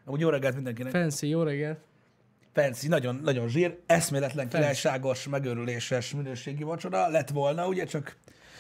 Amúgy jó reggelt mindenkinek. Fancy, jó reggelt. Fancy, nagyon, nagyon zsír, eszméletlen királyságos, megőrüléses minőségi vacsora lett volna, ugye, csak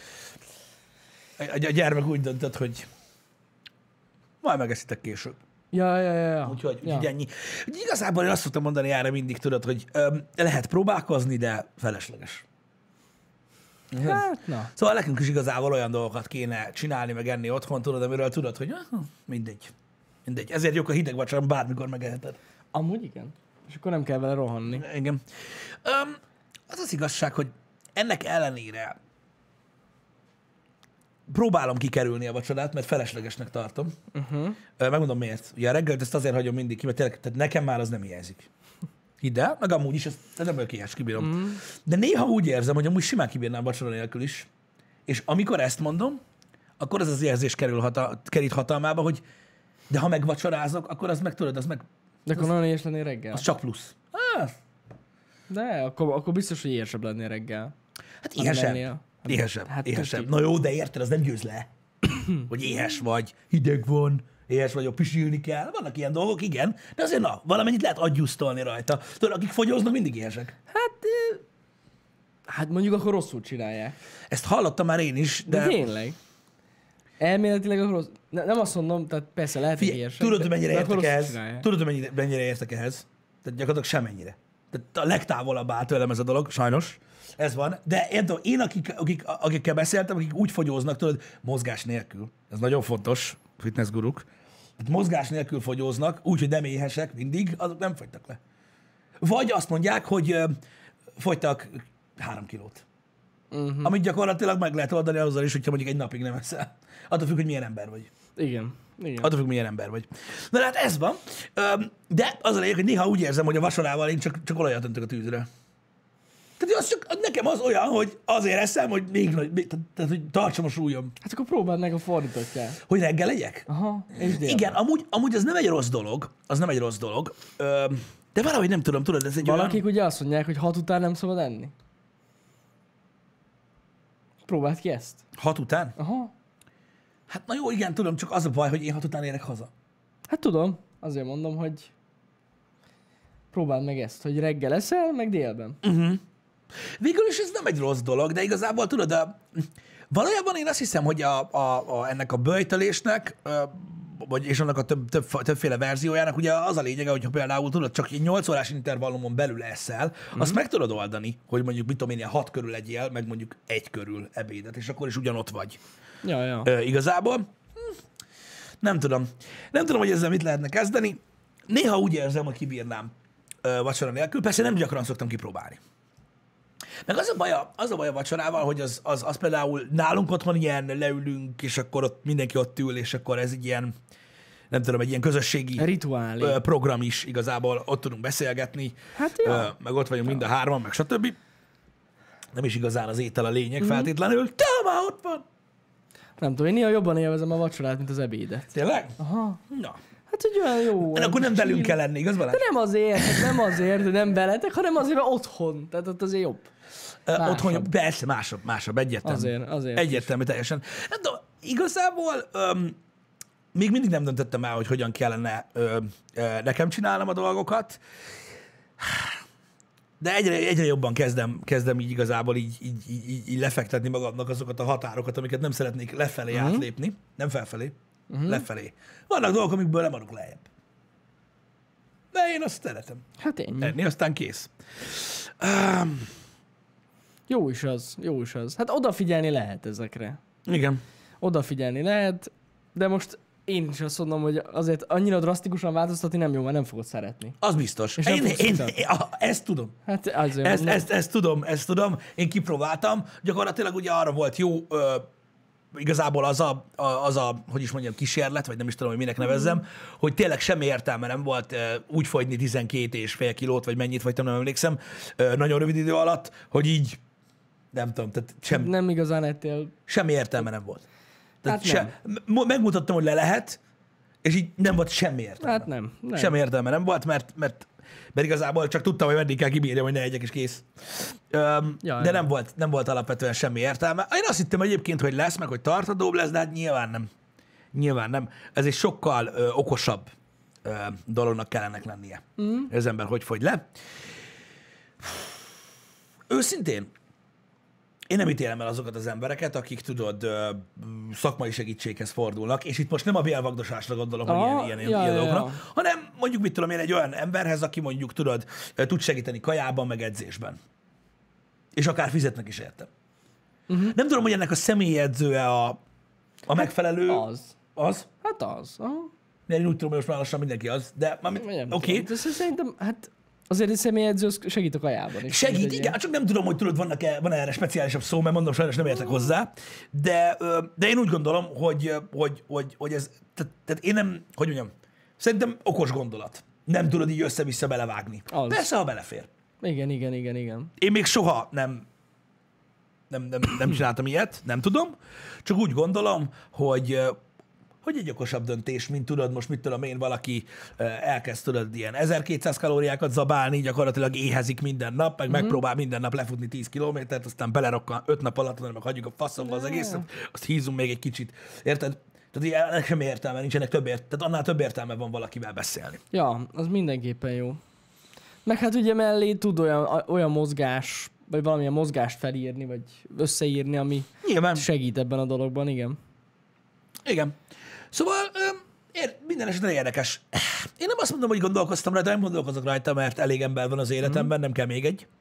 a gyermek úgy döntött, hogy majd megeszitek később. Ja. Úgyhogy ennyi. Úgy igazából én azt szoktam mondani erre mindig, tudod, hogy lehet próbálkozni, de felesleges. Hát, na. Szóval nekünk is igazából olyan dolgokat kéne csinálni, meg enni otthon, tudod, amiről tudod, hogy mindegy. Ezért jók a hideg vacsorán, bármikor megeheted. Amúgy igen. És akkor nem kell vele rohanni. Igen. Az az igazság, hogy ennek ellenére próbálom kikerülni a vacsorát, mert feleslegesnek tartom. Megmondom miért. Ugye a reggelt ezt azért hagyom mindig ki, mert tényleg, tehát nekem már az nem hiányzik. Hidd el, meg amúgy is, ezt nem vagyok éhes, kibírom. De néha úgy érzem, hogy amúgy simán kibírnám vacsora nélkül is. És amikor ezt mondom, akkor az az érzés kerít hatalmába, hogy de ha megvacsorázok, akkor az meg tudod, az meg... De akkor nagyon éhes lennél reggel. Az csak plusz. De akkor biztos, hogy éhesebb lennél reggel. Hát éhesebb. Hát éhesebb. Na jó, de érted, az nem győz le. Hogy éhes vagy, hideg van, éhes vagyok, pisilni kell. Vannak ilyen dolgok, igen. De azért valamennyit lehet agyusztolni rajta. Tudod, akik fogyóznak, mindig éhesek. Hát mondjuk akkor rosszul csinálják. Ezt hallottam már én is, de... tényleg. Elméletileg akkor rossz... Nem azt mondom, tehát persze lehet, hogy éhesek. Tudod, hogy mennyire értek ehhez? Tudod, hogy mennyire értek ehhez? Tehát gyakorlatilag semmennyire. Tehát a legtávolabb áll tőlem ez a dolog, sajnos. Ez van. De én akikkel beszéltem, akik úgy fogyóznak, tudod, mozgás nélkül. Ez nagyon fontos, fitness guruk. Hát mozgás nélkül fogyóznak, úgyhogy nem éhesek mindig, azok nem fogytak le. Vagy azt mondják, hogy fogytak 3 kilót. Amit gyakorlatilag meg lehet oldani azzal is, hogyha mondjuk egy napig nem eszel. Attól függ, hogy milyen ember vagy. Igen. Attól függ, milyen ember vagy. Na hát ez van. De az a lényeg, hogy néha úgy érzem, hogy a vacsorával én csak olajat öntök a tűzre. Tehát az csak, nekem az olyan, hogy azért eszem, hogy még nagy, tehát hogy tartsam a súlyom. Hát akkor próbáld meg a fordítottját. Hogy reggel legyek? Aha, és délben. Igen, amúgy az nem egy rossz dolog. De valahogy nem tudom, tudod, ez egy Valakik olyan... ugye azt mondják, hogy 6 után nem szabad enni. Próbáld ki ezt. 6 után? Aha. Hát na jó, igen, tudom, csak az a baj, hogy én 6 után érek haza. Hát tudom, azért mondom, hogy próbáld meg ezt, hogy reggel eszel, meg délben. Végül is ez nem egy rossz dolog, de igazából tudod, valójában én azt hiszem, hogy ennek a böjtölésnek, és annak a többféle verziójának ugye az a lényege, hogyha például tudod, csak 8 órás intervallumon belül eszel, azt meg tudod oldani, hogy mondjuk mit tudom én, 6 körül legyél, meg mondjuk 1 körül ebédet, és akkor is ugyanott vagy. Ja. Igazából nem tudom, hogy ezzel mit lehetne kezdeni. Néha úgy érzem, hogy kibírnám vacsora nélkül, persze nem gyakran szoktam kipróbálni. Meg az a baj a vacsorával, hogy az például nálunk otthon ilyen leülünk, és akkor ott mindenki ott ül, és akkor ez egy ilyen, nem tudom, egy ilyen közösségi rituálé program is igazából, ott tudunk beszélgetni, hát ja. Meg ott vagyunk mind a hárman, meg stb. Nem is igazán az étel a lényeg feltétlenül, de már ott van. Nem tudom, én néha jobban élvezem a vacsorát, mint az ebédet. Tényleg? Aha. Na. Hát, hogy olyan jó. De akkor nem velünk kell lenni, igaz Balázs? De nem azért, hogy nem veletek, hanem azért, mert otthon. Tehát ott azért jobb. Otthon, persze, másabb, egyértelmű. Azért. Egyértelmű teljesen. Nem tudom, igazából még mindig nem döntöttem el, hogy hogyan kellene nekem csinálnom a dolgokat. De egyre jobban kezdem így igazából így lefektetni magamnak azokat a határokat, amiket nem szeretnék lefelé átlépni. Nem felfelé, lefelé. Vannak dolgok, amikből nem adok lejjebb. De én azt szeretem. Hát ennyi. Enni, aztán kész. Jó is az. Hát odafigyelni lehet ezekre. Igen. Odafigyelni lehet, de most én is azt mondom, hogy azért annyira drasztikusan változtatni nem jó, mert nem fogod szeretni. Az biztos. És Én ezt tudom. Hát azért Ezt tudom. Én kipróbáltam. Gyakorlatilag ugye arra volt jó igazából az a, hogy is mondjam, kísérlet, vagy nem is tudom, hogy minek nevezzem, hogy tényleg semmi értelme nem volt úgy fogyni 12,5 kilót, vagy mennyit fogytam, nem emlékszem, nagyon rövid idő alatt, hogy így, nem tudom, tehát nem igazán ettél. Semmi értelme nem volt. Tehát Hát megmutattam, hogy le lehet, és így nem volt semmi értelme. Hát nem. Semmi értelme nem volt, mert igazából csak tudtam, hogy meddig kell kibírjam, hogy ne egyek és kész. De nem volt alapvetően semmi értelme. Én azt hittem egyébként, hogy lesz, meg hogy tarthatóbb lesz, de hát nyilván nem. Ez egy sokkal okosabb dolognak kellene lennie. Az ember hogy fogy le. Őszintén, én nem ítélem el azokat az embereket, akik, tudod, szakmai segítséghez fordulnak, és itt most nem a bélvagdosásra gondolok, hogy ilyen dolgokra, hanem mondjuk, mit tudom én, egy olyan emberhez, aki mondjuk, tudod, tud segíteni kajában, meg edzésben. És akár fizetnek is érte. Nem tudom, hogy ennek a személyi edzője a megfelelő... Az? Hát az. Én úgy tudom, hogy most már lassan mindenki az, de oké. De szerintem, hát azért egy személyedző segít a kajában is. Segít, igen, csak nem tudom, hogy tudod, van erre speciálisabb szó, mert mondom, sajnos nem értek hozzá, de én úgy gondolom, hogy ez, tehát én nem, hogy mondjam, szerintem okos gondolat. Nem tudod így össze-vissza belevágni. Az. Persze, ha belefér. Igen. Én még soha nem csináltam ilyet, nem tudom, csak úgy gondolom, hogy egy okosabb döntés, mint tudod, most mit tudom én, valaki elkezd, tudod, ilyen 1200 kalóriákat zabálni, gyakorlatilag éhezik minden nap, meg megpróbál minden nap lefutni 10 kilométert, aztán belerokkan 5 nap alatt, meg hagyjuk a faszomba az egészet, azt hízunk még egy kicsit. Érted? Tehát ennek sem értelme, nincsenek tehát annál több értelme van valakivel beszélni. Ja, az mindenképpen jó. Meg hát ugye mellé tud olyan mozgás, vagy valamilyen mozgást felírni, vagy összeírni, ami nyilván segít ebben a dologban, igen. Igen. Szóval minden esetben érdekes. Én nem azt mondom, hogy gondolkoztam rajta, nem gondolkozok rajta, mert elég ember van az életemben, nem kell még egy.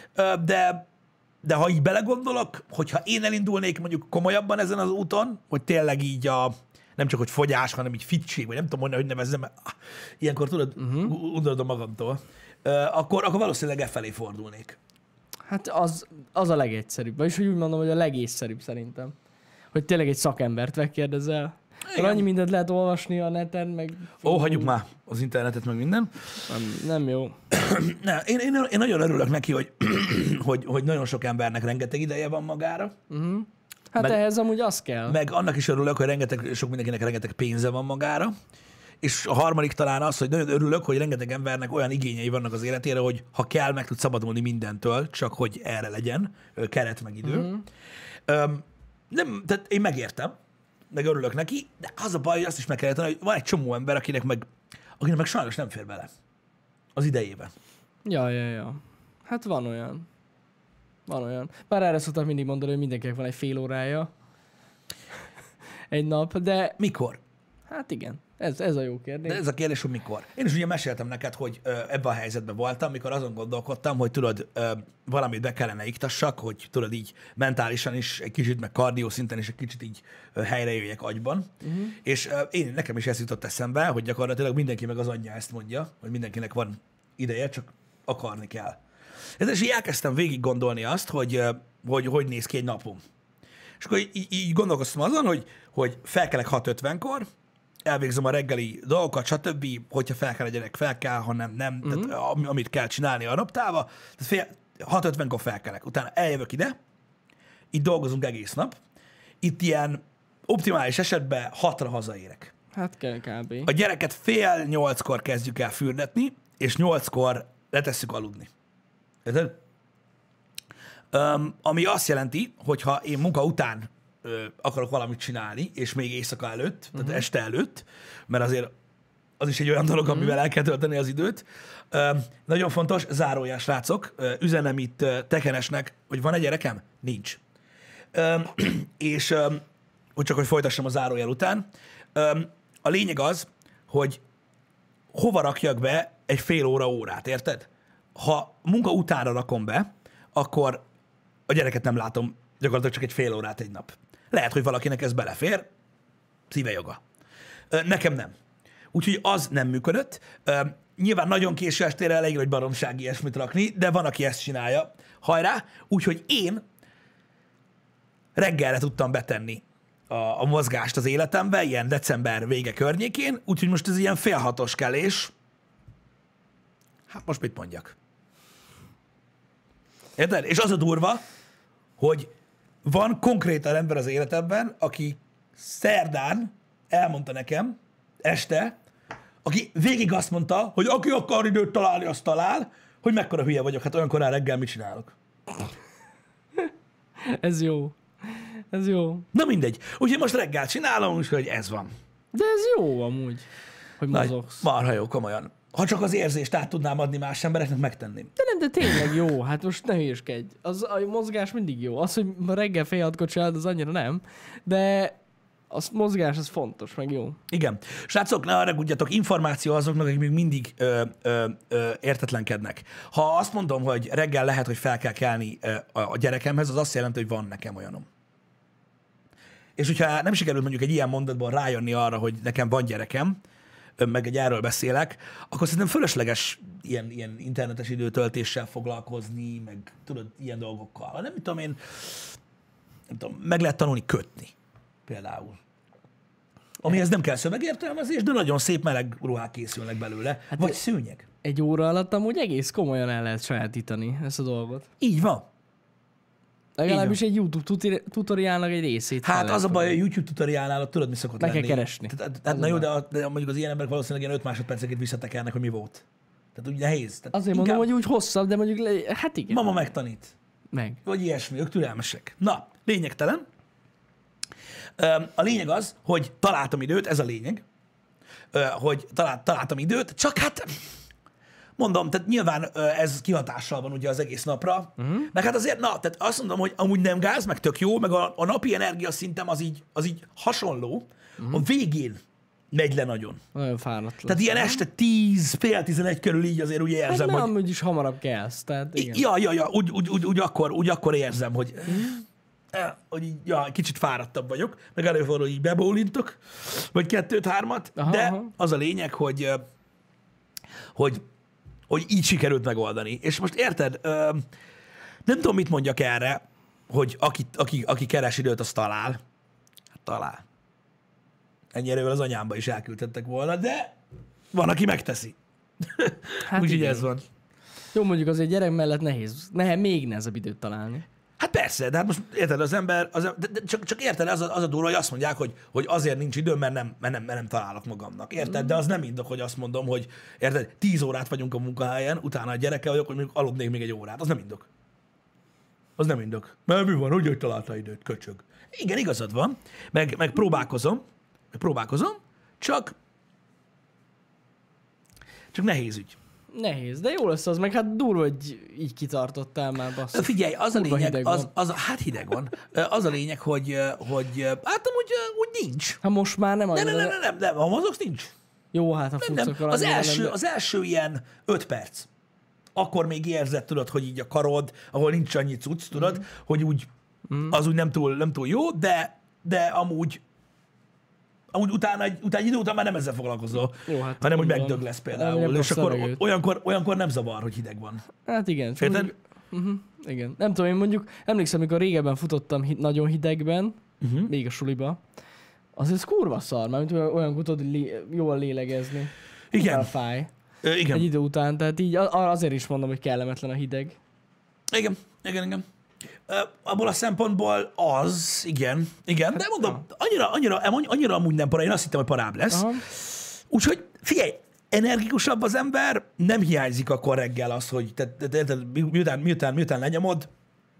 De ha így belegondolok, hogyha én elindulnék mondjuk komolyabban ezen az úton, hogy tényleg így nem csak hogy fogyás, hanem így fitség, vagy nem tudom mondani, hogy nevezzem, mert ilyenkor tudod, undorodom magamtól, akkor valószínűleg felé fordulnék. Hát az a legegyszerűbb. Vagyis hogy úgy mondom, hogy a legészszerűbb szerintem. Hogy tényleg egy szakembert megkérdezel. Annyi mindent lehet olvasni a neten, meg... Hagyjuk már az internetet, meg minden. Nem jó. Én nagyon örülök neki, hogy nagyon sok embernek rengeteg ideje van magára. Hát ehhez amúgy az kell. Meg annak is örülök, hogy sok mindenkinek rengeteg pénze van magára. És a harmadik talán az, hogy nagyon örülök, hogy rengeteg embernek olyan igényei vannak az életére, hogy ha kell, meg tud szabadulni mindentől, csak hogy erre legyen keret meg idő. Nem, tehát én megértem, meg örülök neki, de az a baj, hogy azt is meg kell érteni, hogy van egy csomó ember, akinek meg sajnos nem fér bele az idejében. Ja. Hát van olyan. Bár erre szoktam mindig mondani, hogy mindenkinek van egy fél órája egy nap, de... Mikor? Hát igen, ez a jó kérdés. De ez a kérdés, hogy mikor. Én is ugye meséltem neked, hogy ebben a helyzetben voltam, mikor azon gondolkodtam, hogy tudod, valamit be kellene iktassak, hogy tudod így mentálisan is, egy kicsit meg kardió szinten is egy kicsit így helyre jöjjek agyban. És nekem is ez jutott eszembe, hogy gyakorlatilag mindenki meg az anyja ezt mondja, hogy mindenkinek van ideje, csak akarni kell. És így elkezdtem végig gondolni azt, hogy néz ki egy napom. És akkor így gondolkoztam azon, hogy felkelek 6:50-kor, elvégzem a reggeli dolgokat, stb. Hogyha fel kell a gyerek, fel kell, ha nem. Tehát, amit kell csinálni a naptába. 6:50-kor felkelek. Utána eljövök ide, itt dolgozunk egész nap. Itt ilyen optimális esetben 6-ra hazaérek. Hát kell kb. A gyereket 7:30-kor kezdjük el fürdetni, és 8-kor letesszük aludni. Érted? Ami azt jelenti, hogy ha én munka után akarok valamit csinálni, és még éjszaka előtt, tehát este előtt, mert azért az is egy olyan dolog, amivel el kell tölteni az időt. Nagyon fontos, zárójás srácok, üzenem itt Tekenesnek, hogy van egy gyerekem? Nincs. És hogy folytassam a zárójel után. A lényeg az, hogy hova rakjak be egy fél órát, érted? Ha munka utánra rakom be, akkor a gyereket nem látom gyakorlatilag csak egy fél órát egy nap. Lehet, hogy valakinek ez belefér, szíve joga. Nekem nem. Úgyhogy az nem működött. Nyilván nagyon késő estére elég nagy baromság ilyesmit rakni, de van, aki ezt csinálja. Hajrá! Úgyhogy én reggelre tudtam betenni a mozgást az életembe, ilyen december vége környékén, úgyhogy most ez ilyen 5:30 kelés. Hát most mit mondjak? Érted? És az a durva, hogy van konkrétan ember az életemben, aki szerdán elmondta nekem este, aki végig azt mondta, hogy aki akar időt találni, azt talál, hogy mekkora hülye vagyok, hát olyan korán reggel mit csinálok. Ez jó. Na mindegy. Úgyhogy most reggel csinálom, úgyhogy ez van. De ez jó amúgy. hogy mozogsz. Marha jó, komolyan. Ha csak az érzést át tudnám adni más embereknek, megtenném. De tényleg jó, hát most ne hülyeskedj. A mozgás mindig jó. Az, hogy reggel fél hatkor csinálod, az annyira nem. De a mozgás, az fontos, meg jó. Igen. Srácok, ne haragudjatok, információ azoknak, akik még mindig értetlenkednek. Ha azt mondom, hogy reggel lehet, hogy fel kell kelni a gyerekemhez, az azt jelenti, hogy van nekem olyanom. És hogyha nem sikerült mondjuk egy ilyen mondatban rájönni arra, hogy nekem van gyerekem, meg egy erről beszélek, akkor szerintem fölösleges ilyen internetes időtöltéssel foglalkozni, meg tudod, ilyen dolgokkal. Nem tudom én, nem tudom, meg lehet tanulni kötni például. Amihez nem kell szövegértelmezés, de nagyon szép meleg ruhák készülnek belőle. Hát vagy szőnyeg. Egy óra alatt amúgy egész komolyan el lehet sajátítani ezt a dolgot. Így van. Legalábbis egy YouTube tutoriálnak egy részét. Hát az a baj, a YouTube tutoriálnál tudod, mi szokott lenni. Meg kell keresni. Tehát, na jó, de mondjuk az ilyen emberek valószínűleg ilyen 5 másodperceket visszatekernek, hogy mi volt. Tehát úgy nehéz. Tehát azért mondom, hogy úgy hosszabb, de mondjuk, hát igen. Mama megtanít. Meg. Vagy ilyesmi, ők türelmesek. Na, lényegtelen. A lényeg az, hogy találtam időt, ez a lényeg, hogy találtam időt, csak hát mondom, tehát nyilván ez kihatással van ugye az egész napra, meg hát azért, tehát azt mondom, hogy amúgy nem gáz, meg tök jó, meg a napi energiaszintem az így hasonló, a végén megy le nagyon. Nagyon fáradt lesz. Tehát ilyen este 10, fél 11 körül így azért úgy érzem, hát hogy... amúgy is hamarabb kelsz, tehát igen. Ja, úgy akkor érzem, hogy... hogy így, kicsit fáradtabb vagyok, meg előfordul, hogy így bebólintok, vagy 2-3, de az a lényeg, hogy így sikerült megoldani. És most érted, nem tudom, mit mondjak erre, hogy aki keres időt, az talál. Hát talál. Ennyire az anyámba is elküldtettek volna, de van, aki megteszi. Hát úgyhogy ez van. Jó, mondjuk azért gyerek mellett nehéz. Még nehezebb időt találni. Hát persze, de hát most érted, az ember, csak érted, az a durva, hogy azt mondják, hogy azért nincs időm, mert nem találok magamnak. Érted? De az nem indok, hogy azt mondom, hogy érted, 10 órát vagyunk a munkahelyen, utána a gyerekkel vagyok, hogy mondjuk aludnék még egy órát. Az nem indok. Az nem indok. Mert mi van, hogy találtál időt, köcsög. Igen, igazad van, meg próbálkozom, csak nehéz ügy. Nehéz, de jó lesz az, meg hát durva, hogy így kitartottál már, basszus. Figyelj, az a lényeg, hát hideg van, az a lényeg, hogy hát amúgy úgy nincs. Hát most már nem. Nem, ha mozogsz, nincs. Jó, hát ha futsz, akkor az első ilyen 5 perc. Akkor még érzed, tudod, hogy így a karod, ahol nincs annyi cucc, tudod, hogy úgy, az úgy nem túl jó, de amúgy utána egy idő után már nem ezzel foglalkozol, jó, hát hanem úgy megdög lesz például, és akkor olyankor nem zavar, hogy hideg van. Hát igen. Érted? Igen. Nem tudom, én mondjuk emlékszem, amikor régebben futottam nagyon hidegben, még a suliba, az ez kurva szar, mert olyankor tudod jól lélegezni. Igen. Fáj. Igen. Egy idő után, tehát így azért is mondom, hogy kellemetlen a hideg. Igen. Abból a szempontból az, igen. De mondom, annyira amúgy nem para, én azt hittem, hogy parább lesz. Úgyhogy figyelj, energikusabb az ember, nem hiányzik akkor reggel az, hogy miután lenyomod,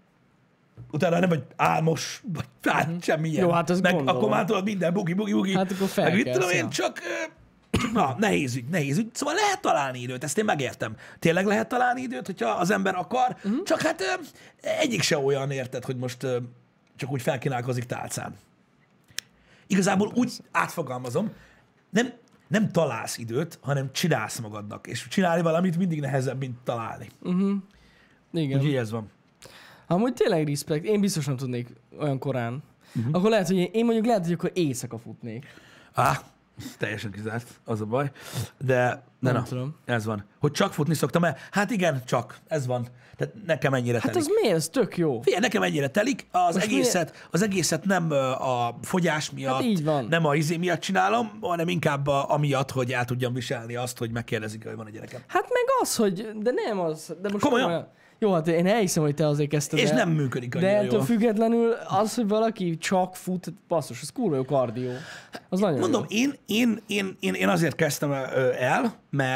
utána nem vagy álmos, vagy semmi ilyen. Jó, hát ez gondolom. Akkor már tudod minden bugi. Hát akkor felkelsz. Én csak nehéz ügy. Szóval lehet találni időt, ezt én megértem. Tényleg lehet találni időt, hogyha az ember akar, csak hát egyik se olyan, érted, hogy most csak úgy felkínálkozik tálcán. Igazából úgy átfogalmazom, nem találsz időt, hanem csinálsz magadnak. És csinálni valamit mindig nehezebb, mint találni. Igen. Úgyhogy ez van. Amúgy tényleg respekt. Én biztos nem tudnék olyan korán. Akkor lehet, hogy én mondjuk lehet, hogy akkor éjszaka futnék. Teljesen kizárt, az a baj. De nem tudom. Ez van. Hogy csak futni szoktam el? Hát igen, csak. Ez van. Tehát nekem ennyire telik. Hát az miért? Ez tök jó. Figyelj, nekem ennyire telik. Az egészet nem a fogyás miatt, hát így van. nem a izé miatt csinálom, hanem inkább amiatt, hogy el tudjam viselni azt, hogy megkérdezik, hogy van a gyerekem. Hát meg az, hogy... De nem az. De most komolyan? Jó, hát én elhiszem, hogy te azért kezdted és el. Nem működik annyira de ettől jól. Függetlenül az, hogy valaki csak fut, basszus, ez kurva jó kardió. Az nagyon Mondom, jó. én azért kezdtem el,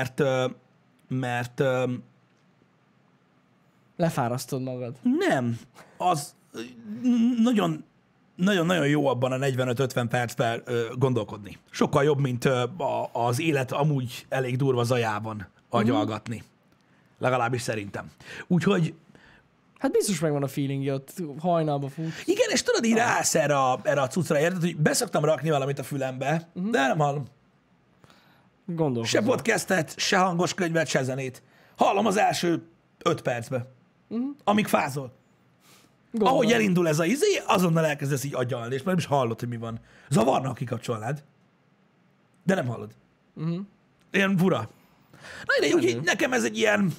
mert lefárasztod magad. nem, az nagyon nagyon-nagyon jó abban a 45-50 percben gondolkodni. Sokkal jobb, mint az élet amúgy elég durva zajában agyalgatni. Legalábbis szerintem. Úgyhogy Hát biztos megvan a feelingje, ott hajnalba fut. igen, és tudod, így ráállsz erre a cuccra, érted, hogy beszoktam rakni valamit a fülembe, de nem hallom. Gondolkozom. Se podcastet, se hangos könyvet, se zenét. Hallom az első 5 percbe, amíg fázol. Gondolom. Ahogy elindul ez a izé, azonnal elkezdesz így agyalni, és már nem is hallod, hogy mi van. Zavarna, ha kikapcsolnád, de nem hallod. Ilyen fura. Na, de úgy, nekem ez egy ilyen,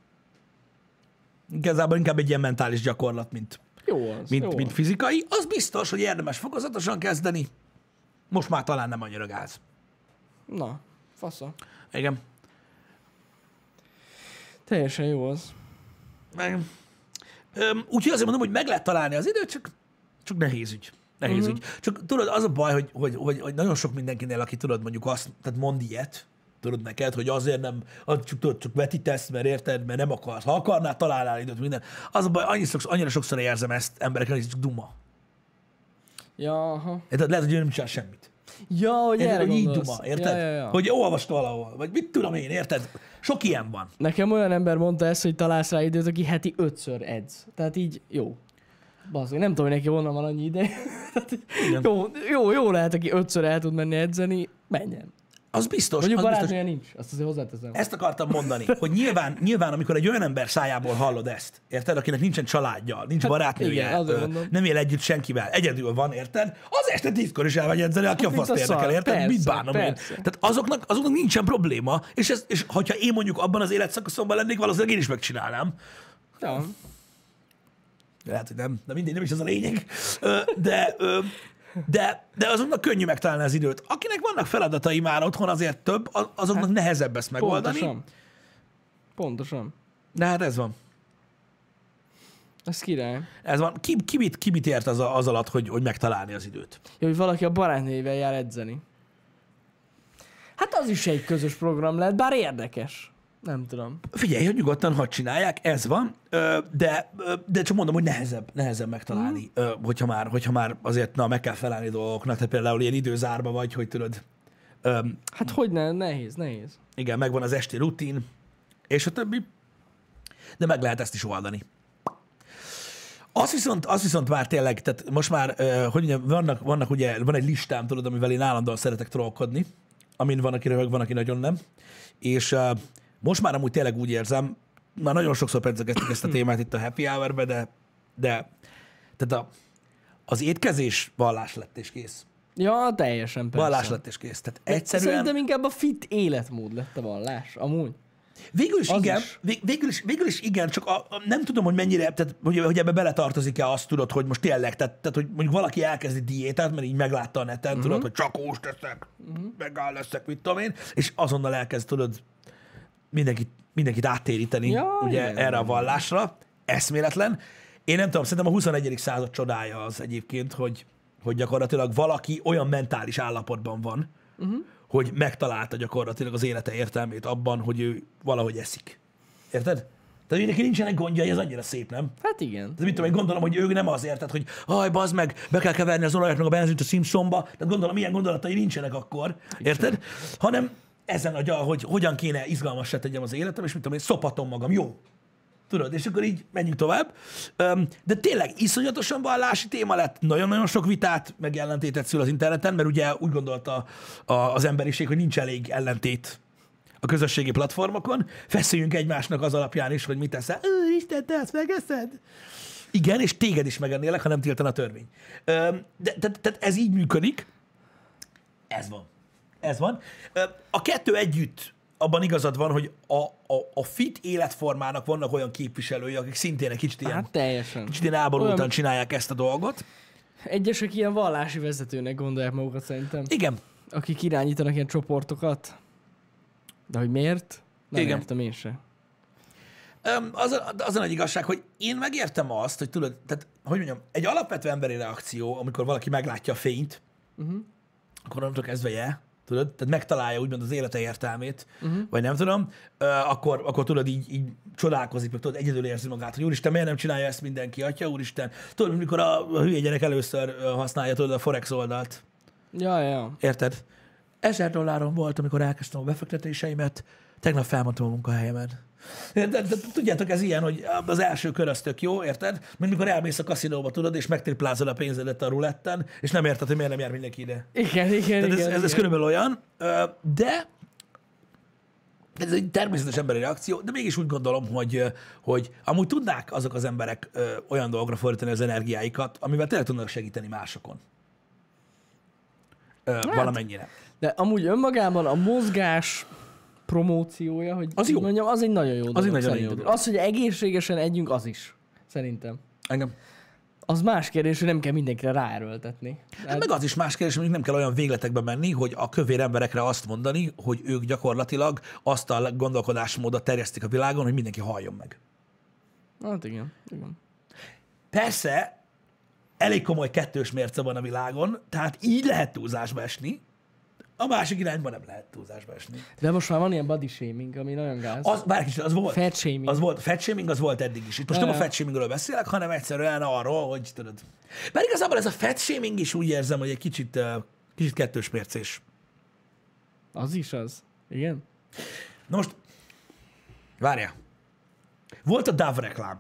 igazából inkább egy ilyen mentális gyakorlat, Jó az, mint fizikai. Az biztos, hogy érdemes fokozatosan kezdeni. Most már talán nem annyira gáz. Na, fasza. Igen. Teljesen jó az. Úgyhogy azért mondom, hogy meg lehet találni az időt, csak nehéz ügy. Nehéz ügy. Csak tudod, az a baj, hogy nagyon sok mindenkinél, aki tudod mondjuk azt, tehát mond ilyet, tudod neked, hogy azért nem, csak vetítesz, mert érted, mert nem akarsz. Ha akarnál, találnál időt, minden. Az a baj, annyira sokszor érzem ezt embereken, hogy csak duma. Ja, aha. Érted? Lehet, hogy ő nem csinál semmit. Ja, hogy Érted, erre hogy így gondolsz. duma, érted? Ja. Hogy olvasta valahol, vagy mit tudom én, érted? Sok ilyen van. Nekem olyan ember mondta ezt, hogy találsz rá időt, aki heti 5-ször edz. Tehát így jó. Bazdmeg, nem tudom, hogy neki honnan van annyi ideje. jó lehet, aki 5-ször el tud menni edzeni, menjen. Az biztos. Mondjuk az biztos. barátnője nincs, azt azért hozzáteszem. Ezt akartam mondani, hogy nyilván, amikor egy olyan ember szájából hallod ezt, érted, akinek nincsen családja, nincs barátnője, igen, nem él együtt senkivel, egyedül van, érted, az este 10-kor is elmegy edzeni, aki a faszt érdekel, szar, érted, persze, mit bánom én. persze. Tehát azoknak nincsen probléma, és hogyha én mondjuk abban az életszakaszomban lennék, valószínűleg én is megcsinálnám. Ja. Lehet, hogy nem, de mindegy, nem is az a lényeg. De azoknak könnyű megtalálni az időt. Akinek vannak feladatai már otthon azért több, azoknak nehezebb ezt megoldani. Pontosan. De hát ez van. Ez király. Ez van. Ki mit ért az alatt, hogy megtalálni az időt? Jó, hogy valaki a barátnőjével jár edzeni. Hát az is egy közös program lehet, bár érdekes. Nem tudom. Figyelj, hogy nyugodtan hadd csinálják, ez van, de csak mondom, hogy nehezebb megtalálni, hogyha már azért meg kell felállni dolgoknak, tehát például ilyen időzárba vagy, hogy tudod. Hát hogy nehéz. Igen, megvan az esti rutin, és a többi, de meg lehet ezt is oldani. Az viszont már tényleg, tehát most már, hogy mondjam, vannak ugye, van egy listám, tudod, amivel én állandóan szeretek trollkodni, amin van, aki röhög, van, aki nagyon nem, és most már amúgy tényleg úgy érzem, már nagyon sokszor pedzegettük ezt a témát itt a Happy Hour-be, de tehát az étkezés vallás lett és kész. Ja, teljesen persze. Vallás lett és kész. Tehát egyszerűen... Szerintem inkább a fit életmód lett a vallás, amúgy. Végül is Az igen, is. végül is igen, csak nem tudom, hogy mennyire, tehát hogy ebbe beletartozik-e azt, tudod, hogy most tényleg, tehát hogy mondjuk valaki elkezdi diétát, mert így meglátta a neten, tudod, hogy csak húst teszek, vegán leszek, mit tudom én, és azonnal elkezd, tudod, mindenkit áttéríteni ugye igen. erre a vallásra. Eszméletlen. Én nem tudom, szerintem a 21. század csodája az egyébként, hogy gyakorlatilag valaki olyan mentális állapotban van, hogy megtalálta gyakorlatilag az élete értelmét abban, hogy ő valahogy eszik. Érted? Tehát neki nincsenek gondjai, ez annyira szép, nem? Hát igen. Tehát mit tudom, én gondolom, hogy ő nem azért, tehát, hogy bazd meg, be kell keverni az olajat meg a benzint a Simpsonba, tehát gondolom, ilyen gondolatai nincsenek akkor, érted? Hanem ezen agya, hogy hogyan kéne izgalmassá tegyem az életem, és mit tudom én, szopatom magam, jó. Tudod, és akkor így menjünk tovább. De tényleg iszonyatosan vallási téma lett, nagyon-nagyon sok vitát, meg ellentétet szül az interneten, mert ugye úgy gondolta az emberiség, hogy nincs elég ellentét a közösségi platformokon. Feszüljünk egymásnak az alapján is, hogy mit teszel. Isten, te ezt megeszed? Igen, és téged is megennélek, ha nem tiltana a törvény. Tehát ez így működik. Ez van. A kettő együtt abban igazad van, hogy a fit életformának vannak olyan képviselői, akik szintén egy kicsit Hát teljesen. kicsit ilyen áborultan csinálják ezt a dolgot. Egyesek ilyen vallási vezetőnek gondolják magukat szerintem. Igen. Akik irányítanak ilyen csoportokat. De hogy miért? Nem Igen. értem én se. Az a nagy igazság, hogy én megértem azt, hogy tudod, tehát, hogy mondjam, egy alapvető emberi reakció, amikor valaki meglátja a fényt, akkor onnantól kezdve tudod, tehát megtalálja úgymond az élete értelmét, vagy nem tudom, akkor tudod, így csodálkozik, meg tudod, egyedül érzi magát, hogy úristen, miért nem csinálja ezt mindenki, atya úristen. Tudod, mikor a hülye gyerek először használja, tudod, a Forex oldalt. Ja. Érted? $1000 volt, amikor elkezdtem a befektetéseimet, tegnap felmondtam a munkahelyemen. De tudjátok, ez ilyen, hogy az első kör az tök jó, érted? Mint mikor elmész a kaszinóba, tudod, és megtriplázod a pénzedet a ruletten, és nem érted, hogy miért nem jár mindenki ide. Igen. Ez körülbelül olyan, de ez egy természetes emberi reakció, de mégis úgy gondolom, hogy amúgy tudnák azok az emberek olyan dolgokra fordítani az energiáikat, amivel tényleg tudnak segíteni másokon. Valamennyire. De amúgy önmagában a mozgás promóciója, hogy az jó. Mondjam, az egy nagyon jó dolog. Az egy nagyon jó dolog. Az, hogy egészségesen együnk, az is. Szerintem. Engem. Az más kérdés, hogy nem kell mindenkire ráerőltetni. Hát meg az is más kérdés, hogy nem kell olyan végletekbe menni, hogy a kövér emberekre azt mondani, hogy ők gyakorlatilag azt a gondolkodásmódot terjesztik a világon, hogy mindenki halljon meg. Hát igen. Persze, elég komoly kettős mérce van a világon, tehát így lehet túlzásba esni, a másik irányban nem lehet túlzásba esni. De most már van ilyen body shaming, ami nagyon gáz. Az volt. Fat shaming. Az volt. Fat shaming az volt eddig is. Itt most nem a fat shamingről beszélek, hanem egyszerűen arról, hogy tudod. Bár igazából ez a fat shaming is úgy érzem, hogy egy kicsit kettős mércés. Az is az. Igen? Na most, várjál. Volt a Dove reklám.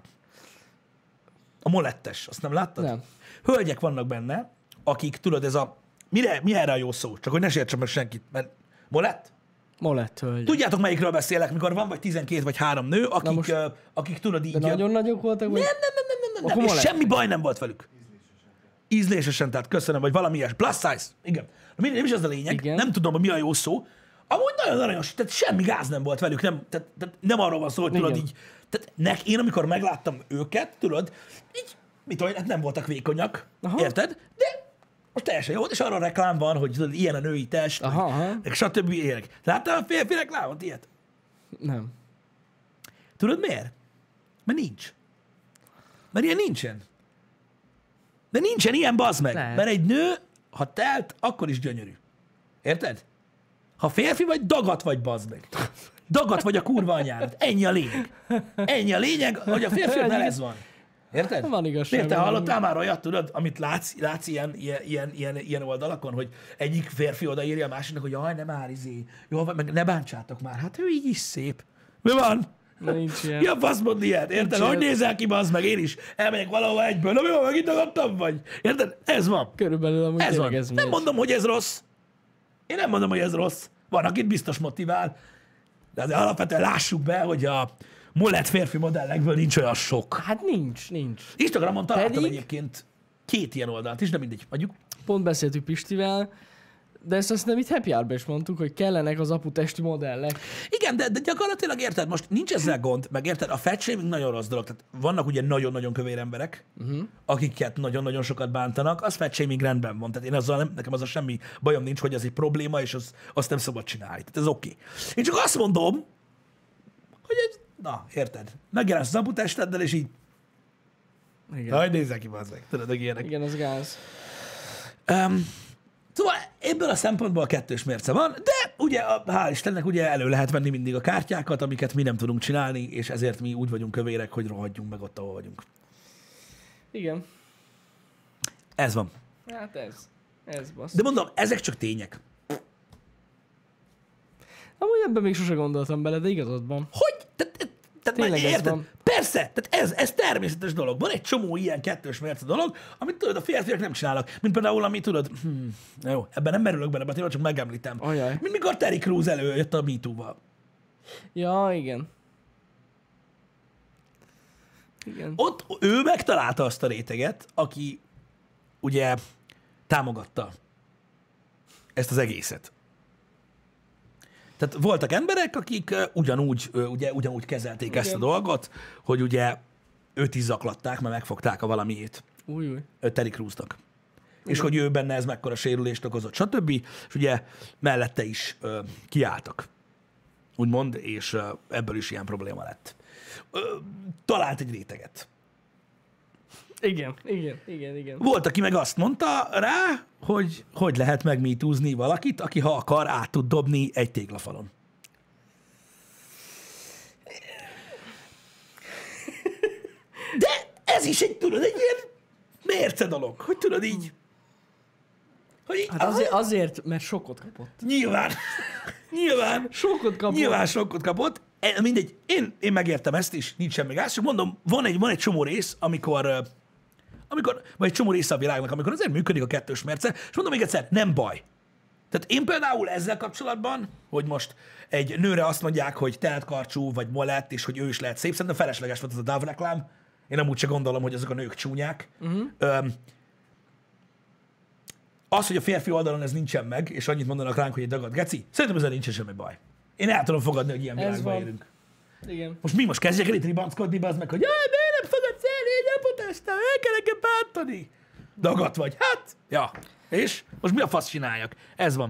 A molettes, azt nem láttad? Nem. Hölgyek vannak benne, akik, tudod, ez a... Mi erre a jó szó? Csak hogy ne sértsem meg senkit. Mert molett? Molett hölgy. Tudjátok, melyikről beszélek, mikor van vagy 12 vagy 3 nő, akik tudod így... De nagyon nagyok voltak? Vagy? Nem. És semmi baj nem volt velük. Ízlésesen, tehát köszönöm, vagy valami ilyes. Plus size. Igen. Nem is az a lényeg. Igen. Nem tudom, hogy mi a jó szó. Amúgy nagyon aranyos, tehát semmi gáz nem volt velük. Tehát nem arról van szó, hogy tudod így... Tehát én, amikor megláttam őket, tudod, így, mit tudom, hát nem voltak vékonyak. Aha. Érted? De most teljesen jó, és arra a reklám van, hogy tudod, ilyen a női test, meg stb. Ilyenek. Láttál a férfi reklámot, ilyet? Nem. Tudod miért? Mert nincs. Mert ilyen nincsen. De nincsen ilyen, bazd meg. Lehet. Mert egy nő, ha telt, akkor is gyönyörű. Érted? Ha férfi vagy, dagat vagy, bazd meg. Dagat vagy a kurva anyád. Ennyi a lényeg. Ennyi a lényeg, hogy a férfiaknál ez van. Érted? Van igazság. Miért te hallottál már olyat, tudod, amit látsz ilyen oldalakon, hogy egyik férfi odaírja a másiknak, hogy jaj, nem már jól van, meg ne bántsátok már. Hát ő így is szép. Mi van? Nincs ilyen. Ja, fasz mond ilyet, érted? Hogy nézel ki, bazd meg, én is elmegyek valahova egyből. Na mi van, megint dagadtam vagy? Érted? Ez van. Körülbelül amúgy ez van. Ez nem mondom, hogy ez rossz. Én nem mondom, hogy ez rossz. Van, akit biztos motivál. De azért alapvetően lássuk be, hogy a molett férfi modellekből nincs olyan sok. Hát nincs. Instagramon találtam egyébként 2 ilyen oldalt is, de mindegy, adjuk. Pont beszéltük Pistivel, de ezt azt nem itt Happy Hour-ban is mondtuk, hogy kellenek az aputesti modellek. Igen, de gyakorlatilag érted, most nincs ezzel gond, meg érted, a fat shaming nagyon rossz dolog. Tehát vannak ugye nagyon-nagyon kövér emberek, akiket nagyon-nagyon sokat bántanak, az fat shaming rendben van. Tehát nekem azzal semmi bajom nincs, hogy ez egy probléma, és azt nem szabad csinálni. Tehát ez oké. Én csak azt mondom, hogy érted, megjelensz az aputesteddel, és így hogy nézzel ki, bazd meg, tudod, hogy ilyenek. Igen, az gáz. Szóval ebből a szempontból kettős mérce van, de ugye, hál' Istennek, ugye elő lehet venni mindig a kártyákat, amiket mi nem tudunk csinálni, és ezért mi úgy vagyunk kövérek, hogy rohadjunk meg ott, ahol vagyunk. Igen. Ez van. Hát ez bassz. De mondom, ezek csak tények. Amúgy ebben még sose gondoltam bele, de igazad van. Hogy? Tehát érted? Van. Persze, tehát ez természetes dolog. Van egy csomó ilyen kettős mérce dolog, amit tudod, a férfiak nem csinálnak. Mint például, ami tudod, jó, ebben nem merülök bele, mert én csak megemlítem. Ajaj. Mint mikor Terry Crews előjött a MeToo-val. Ja, igen. Ott ő megtalálta azt a réteget, aki ugye támogatta ezt az egészet. Tehát voltak emberek, akik ugyanúgy kezelték ezt a dolgot, hogy ugye őt is zaklatták, mert megfogták a valamiét. Terry Crews-nak. És hogy ő benne ez mekkora sérülést okozott, stb. És ugye mellette is kiálltak. Úgymond, és ebből is ilyen probléma lett. Talált egy réteget. Igen. Volt, aki meg azt mondta rá, hogy lehet megmítúzni valakit, aki ha akar, át tud dobni egy téglafalon. De ez is egy, tudod, egy ilyen mérce dolog, hogy tudod így. Hogy így Hát azért, mert sokkot kapott. Nyilván. Nyilván sokkot kapott. Mindegy, én megértem ezt is, nincs semmi gáz, csak mondom, van egy csomó rész, amikor, vagy egy csomó része a világnak, amikor azért működik a kettős mérce, és mondom még egyszer, nem baj. Tehát én például ezzel kapcsolatban, hogy most egy nőre azt mondják, hogy teletkarcsú, vagy molett, és hogy ő is lehet szép, szerintem felesleges volt ez a Dove reklám. Én amúgy csak gondolom, hogy azok a nők csúnyák. Az, hogy a férfi oldalon ez nincsen meg, és annyit mondanak ránk, hogy egy dagadt geci, szerintem ezzel nincsen semmi baj. Én el tudom fogadni, hogy ilyen világban élünk. Igen. Most kezdjek el itt ribanckodni, az meg, hogy jaj, miért nem fogadsz el, én nem potestem, el kell nekem bántani. Dagadt vagy. Hát, ja. És? Most mi a fasz csináljak? Ez van.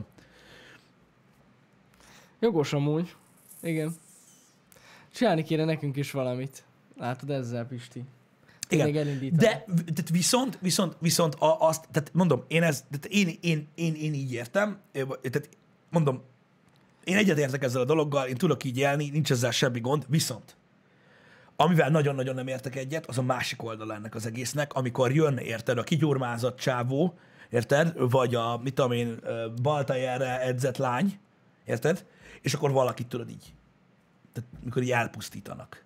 Jogos amúgy. Igen. Csinálni kéne nekünk is valamit. Látod ezzel, Pisti? Igen. De viszont azt, tehát mondom, én így értem, tehát mondom, én egyetértek ezzel a dologgal, én tudok így élni, nincs ezzel semmi gond, viszont amivel nagyon-nagyon nem értek egyet, az a másik oldala ennek az egésznek, amikor jön, érted, a kigyurmázott csávó, érted, vagy a, mit tudom én, Baltajerre edzett lány, érted, és akkor valakit tudod így, tehát mikor így elpusztítanak.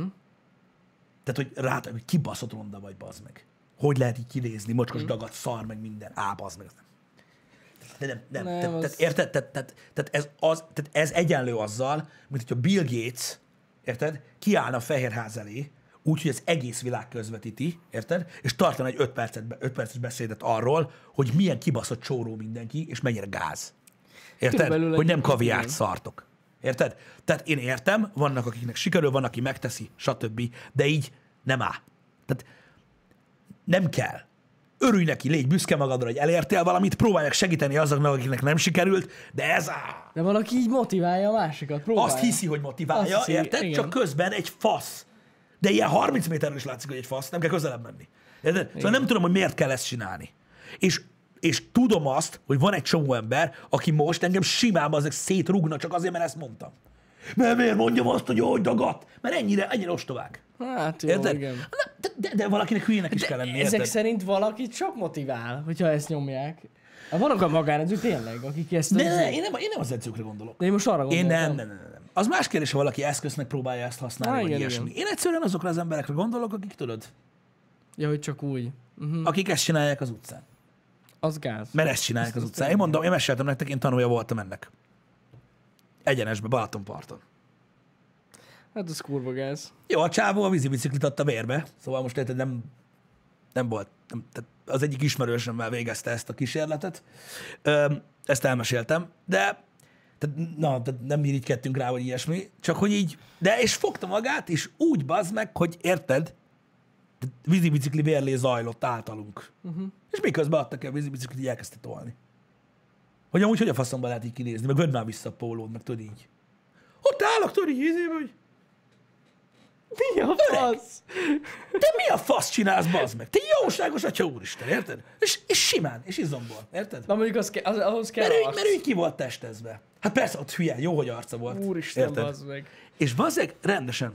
Tehát, hogy kibaszott ronda vagy, bazd meg. Hogy lehet így kinézni, mocskos dagat, szar, meg minden. Bazd meg. De nem. Tehát, érted? Tehát ez egyenlő azzal, mint hogyha Bill Gates, érted, kiállna a Fehérház elé, úgyhogy az egész világ közvetíti, érted? És tartana egy 5 perces beszédet arról, hogy milyen kibaszott csóró mindenki, és mennyire gáz. Érted? Hogy nem kaviárt szartok. Érted? Tehát én értem, vannak akiknek sikerül, van, aki megteszi, stb. De így nem áll. Tehát nem kell. Örülj neki, légy büszke magadra, hogy elértél valamit, próbálják segíteni azoknak, akiknek nem sikerült, de ez áll. De valaki így motiválja a másikat, próbálja. Azt hiszi, hogy motiválja, érted? Igen. Csak közben egy fasz. De ilyen 30 méterről is látszik, hogy egy fasz, nem kell közelebb menni. Érted? Szóval nem tudom, hogy miért kell ezt csinálni. És tudom azt, hogy van egy csomó ember, aki most engem simán azok szétrúgna csak azért, mert ezt mondtam. Mert miért mondjam azt, hogy dagadt? Mert ennyire ostobák. Hát jó, érted? Igen. De valakinek hülyének is kell lenni, érted? Ezek szerint valakit csak motivál, hogyha ezt nyomják. Vannak a magánedzők tényleg, akik ezt... Én nem az edzőkre gondolok. De én most arra gondolok. Nem. Az más kérdés, ha valaki eszköznek próbálja ezt használni, vagy ilyesmi. Én egyszerűen azokra az emberekre gondolok, akik tudod. Ja, hogy csak úgy. Akik ezt csinálják az utcán. Az gáz. Mert ezt csinálják az utcán. Én mondom, én meséltem nektek, én tanulja voltam ennek. Egyenesbe, Balatonparton. Hát az kurva gáz. Jó, a csávó a vízibiciklit adta vérbe, szóval most érted, nem volt. Tehát az egyik ismerősömmel végezte ezt a kísérletet. Ezt elmeséltem, de tehát nem irigykedtünk rá, vagy ilyesmi, csak hogy így, és fogta magát, és úgy bazd meg, hogy érted, vízibicikli vérlé zajlott általunk. És miközben adtak el a vízibiciklit, így elkezdte tolni. Hogy amúgy hogy a faszomba lehet így kinézni, meg vedd már vissza a pólód, meg tudod így. Ott állok, tudod így ízébe, hogy... Mi a fasz? Te mi a fasz csinálsz, bazd meg? Te jóságos atya úristen, érted? És simán, és izomból, érted? Na mondjuk ahhoz kell mert ő ki volt testezve. Hát persze, ott hülye, jó, hogy arca volt. Úristen, bazd meg. És bazzeg, rendesen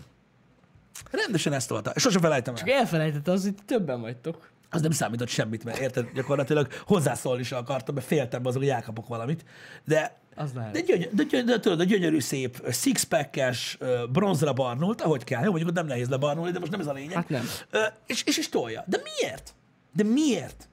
ezt tolta. És sosem felejtem el. Csak elfelejtette, az itt többen vagytok. Az nem számított semmit, mert érted, gyakorlatilag hozzászólni is akartam, mert féltem azok, hogy elkapok valamit. De tudod, a gyönyörű szép six-pack-es, bronzra barnult, ahogy kell. Jó, mondjuk ott nem nehéz lebarnulni, de most nem ez a lényeg. Hát nem. És tolja. De miért?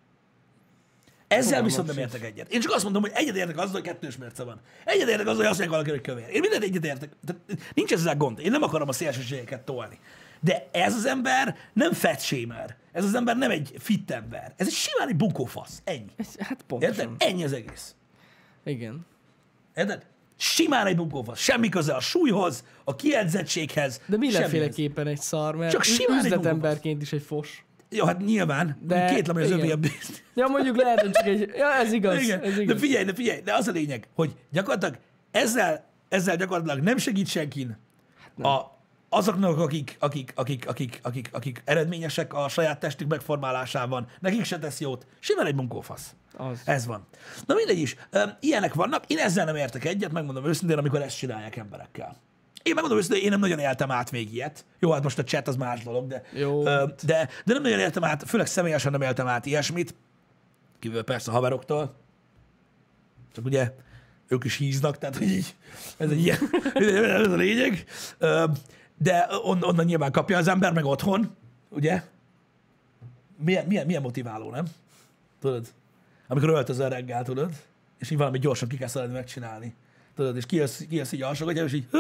Ezzel viszont nem értek egyet. Én csak azt mondom, hogy egyetértek azzal, hogy kettős mérce van. Egyetértek azzal, hogy azt mondják valaki, hogy kövér. Én mindent egyetértek. Nincs ezzel gond. Én nem akarom a szélsőségeket tolni. De ez az ember nem fat shamer. Ez az ember nem egy fit ember. Ez egy simán egy bunkófasz. Ennyi. Hát pontosan. Érted? Ennyi az egész. Igen. Érted? Simán egy bunkófasz. Semmi köze a súlyhoz, a kiedzettséghez. De mindenféleképpen egy szar, mert csak üzletemberként is egy fos. Jó, hát nyilván. De kétlem, hogy az övé a biznisz. Ja, mondjuk lehet, hogy csak egy... Ja, ez igaz. Igen. Ez igaz. De figyelj, de az a lényeg, hogy gyakorlatilag ezzel gyakorlatilag nem segít senkin azoknak, akik eredményesek a saját testük megformálásában, nekik se tesz jót, simán egy bunkófasz. Az. Ez van. Na mindegy is, ilyenek vannak, én ezzel nem értek egyet, megmondom őszintén, amikor ezt csinálják emberekkel. Én megmondom őszintén, én nem nagyon éltem át még ilyet. Jó, hát most a chat az más dolog, de nem nagyon éltem át, főleg személyesen nem éltem át ilyesmit, kívül persze a haveroktól. Csak ugye ők is híznak, tehát hogy így, ez egy ilyen, ez a lényeg. De onnan nyilván kapja az ember, meg otthon, ugye? Milyen motiváló, nem? Tudod? Amikor öltözöl reggel, tudod? És így valami gyorsan ki kell szaladni megcsinálni. Tudod? És kijössz így alsogatja, és így...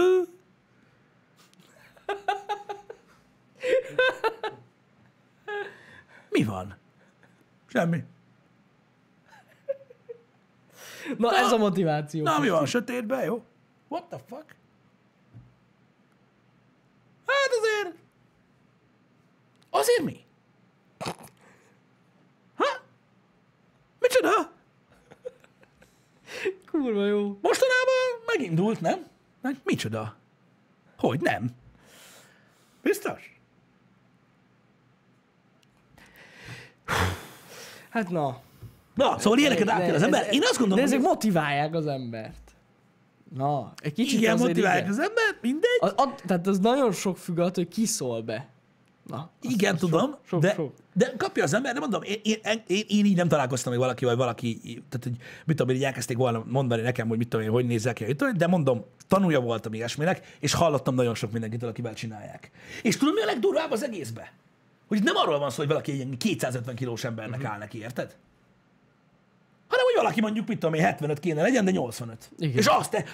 Mi van? Semmi. Na, ez a motiváció. Na, mi van? Sötétben, jó? What the fuck? Hát azért... Azért mi? Ha? Micsoda? Kurva jó. Mostanában megindult, nem? Micsoda? Hogy nem? Biztos? Hát na. Na, szóval ilyeneket átjön az ember. Én azt gondolom, de ezek hogy... motiválják az embert. Na, egy kicsit Igen, azért motiválják az embert, mindegy. Tehát az nagyon sok függ attól, hogy ki szól be. Na, igen, tudom, sok. de kapja az ember, de mondom, én így nem találkoztam még valakivel, vagy valaki, tehát hogy mit tudom, így elkezdték volna mondani nekem, hogy mit tudom én, hogy nézzek ki, de mondom, tanulja voltam ilyesminek, és hallottam nagyon sok mindenkitől, akivel csinálják. És tudom, mi a legdurvább az egészbe? Hogy nem arról van szó, hogy valaki egy ilyen 250 kilós embernek áll neki, érted? Hanem, hogy valaki mondjuk, mit tudom én, 75 kéne legyen, de 85. Igen. És azt te...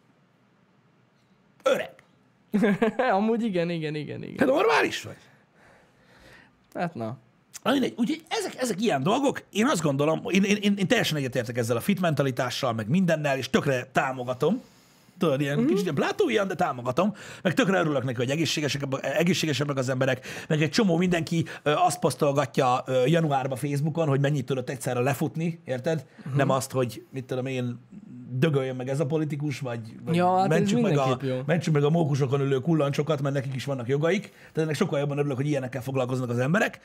Öreg. Amúgy igen. Hát normális vagy. Hát na. Úgyhogy ezek ilyen dolgok, én azt gondolom, én teljesen egyetértek ezzel a fit mentalitással, meg mindennel, és tökre támogatom. Tudod, ilyen kicsit ilyen plátóian, de támogatom. Meg tökre örülök neki, hogy egészségesebbek az emberek, meg egy csomó mindenki azt posztolgatja januárban Facebookon, hogy mennyit tudott egyszerre lefutni, érted? Nem azt, hogy mit tudom én, dögöljön meg ez a politikus, vagy ja, hát mentsük meg a mókusokon ülő kullancsokat, mert nekik is vannak jogaik. Tehát ennek sokkal jobban örülök, hogy ilyenekkel foglalkoznak az emberek.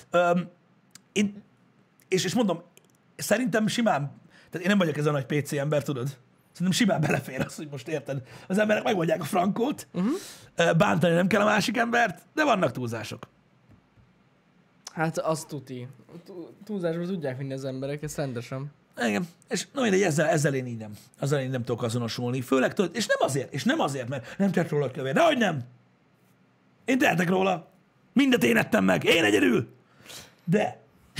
És mondom, szerintem simán, tehát én nem vagyok ez a nagy PC ember, tudod? Szerintem simán belefér az, hogy most érted. Az emberek megmondják a frankót, bántani nem kell a másik embert, de vannak túlzások. Hát az tuti. Túlzásban tudják vinni az emberek, ez rendesen. Igen. És no mindegy, ezzel én így nem. Azzal én nem tudok azonosulni. Főleg tudod, és nem azért, mert nem tett róla kövér. Dehogy nem. Én tehetek róla. Mindet én ettem meg. Én egyedül. De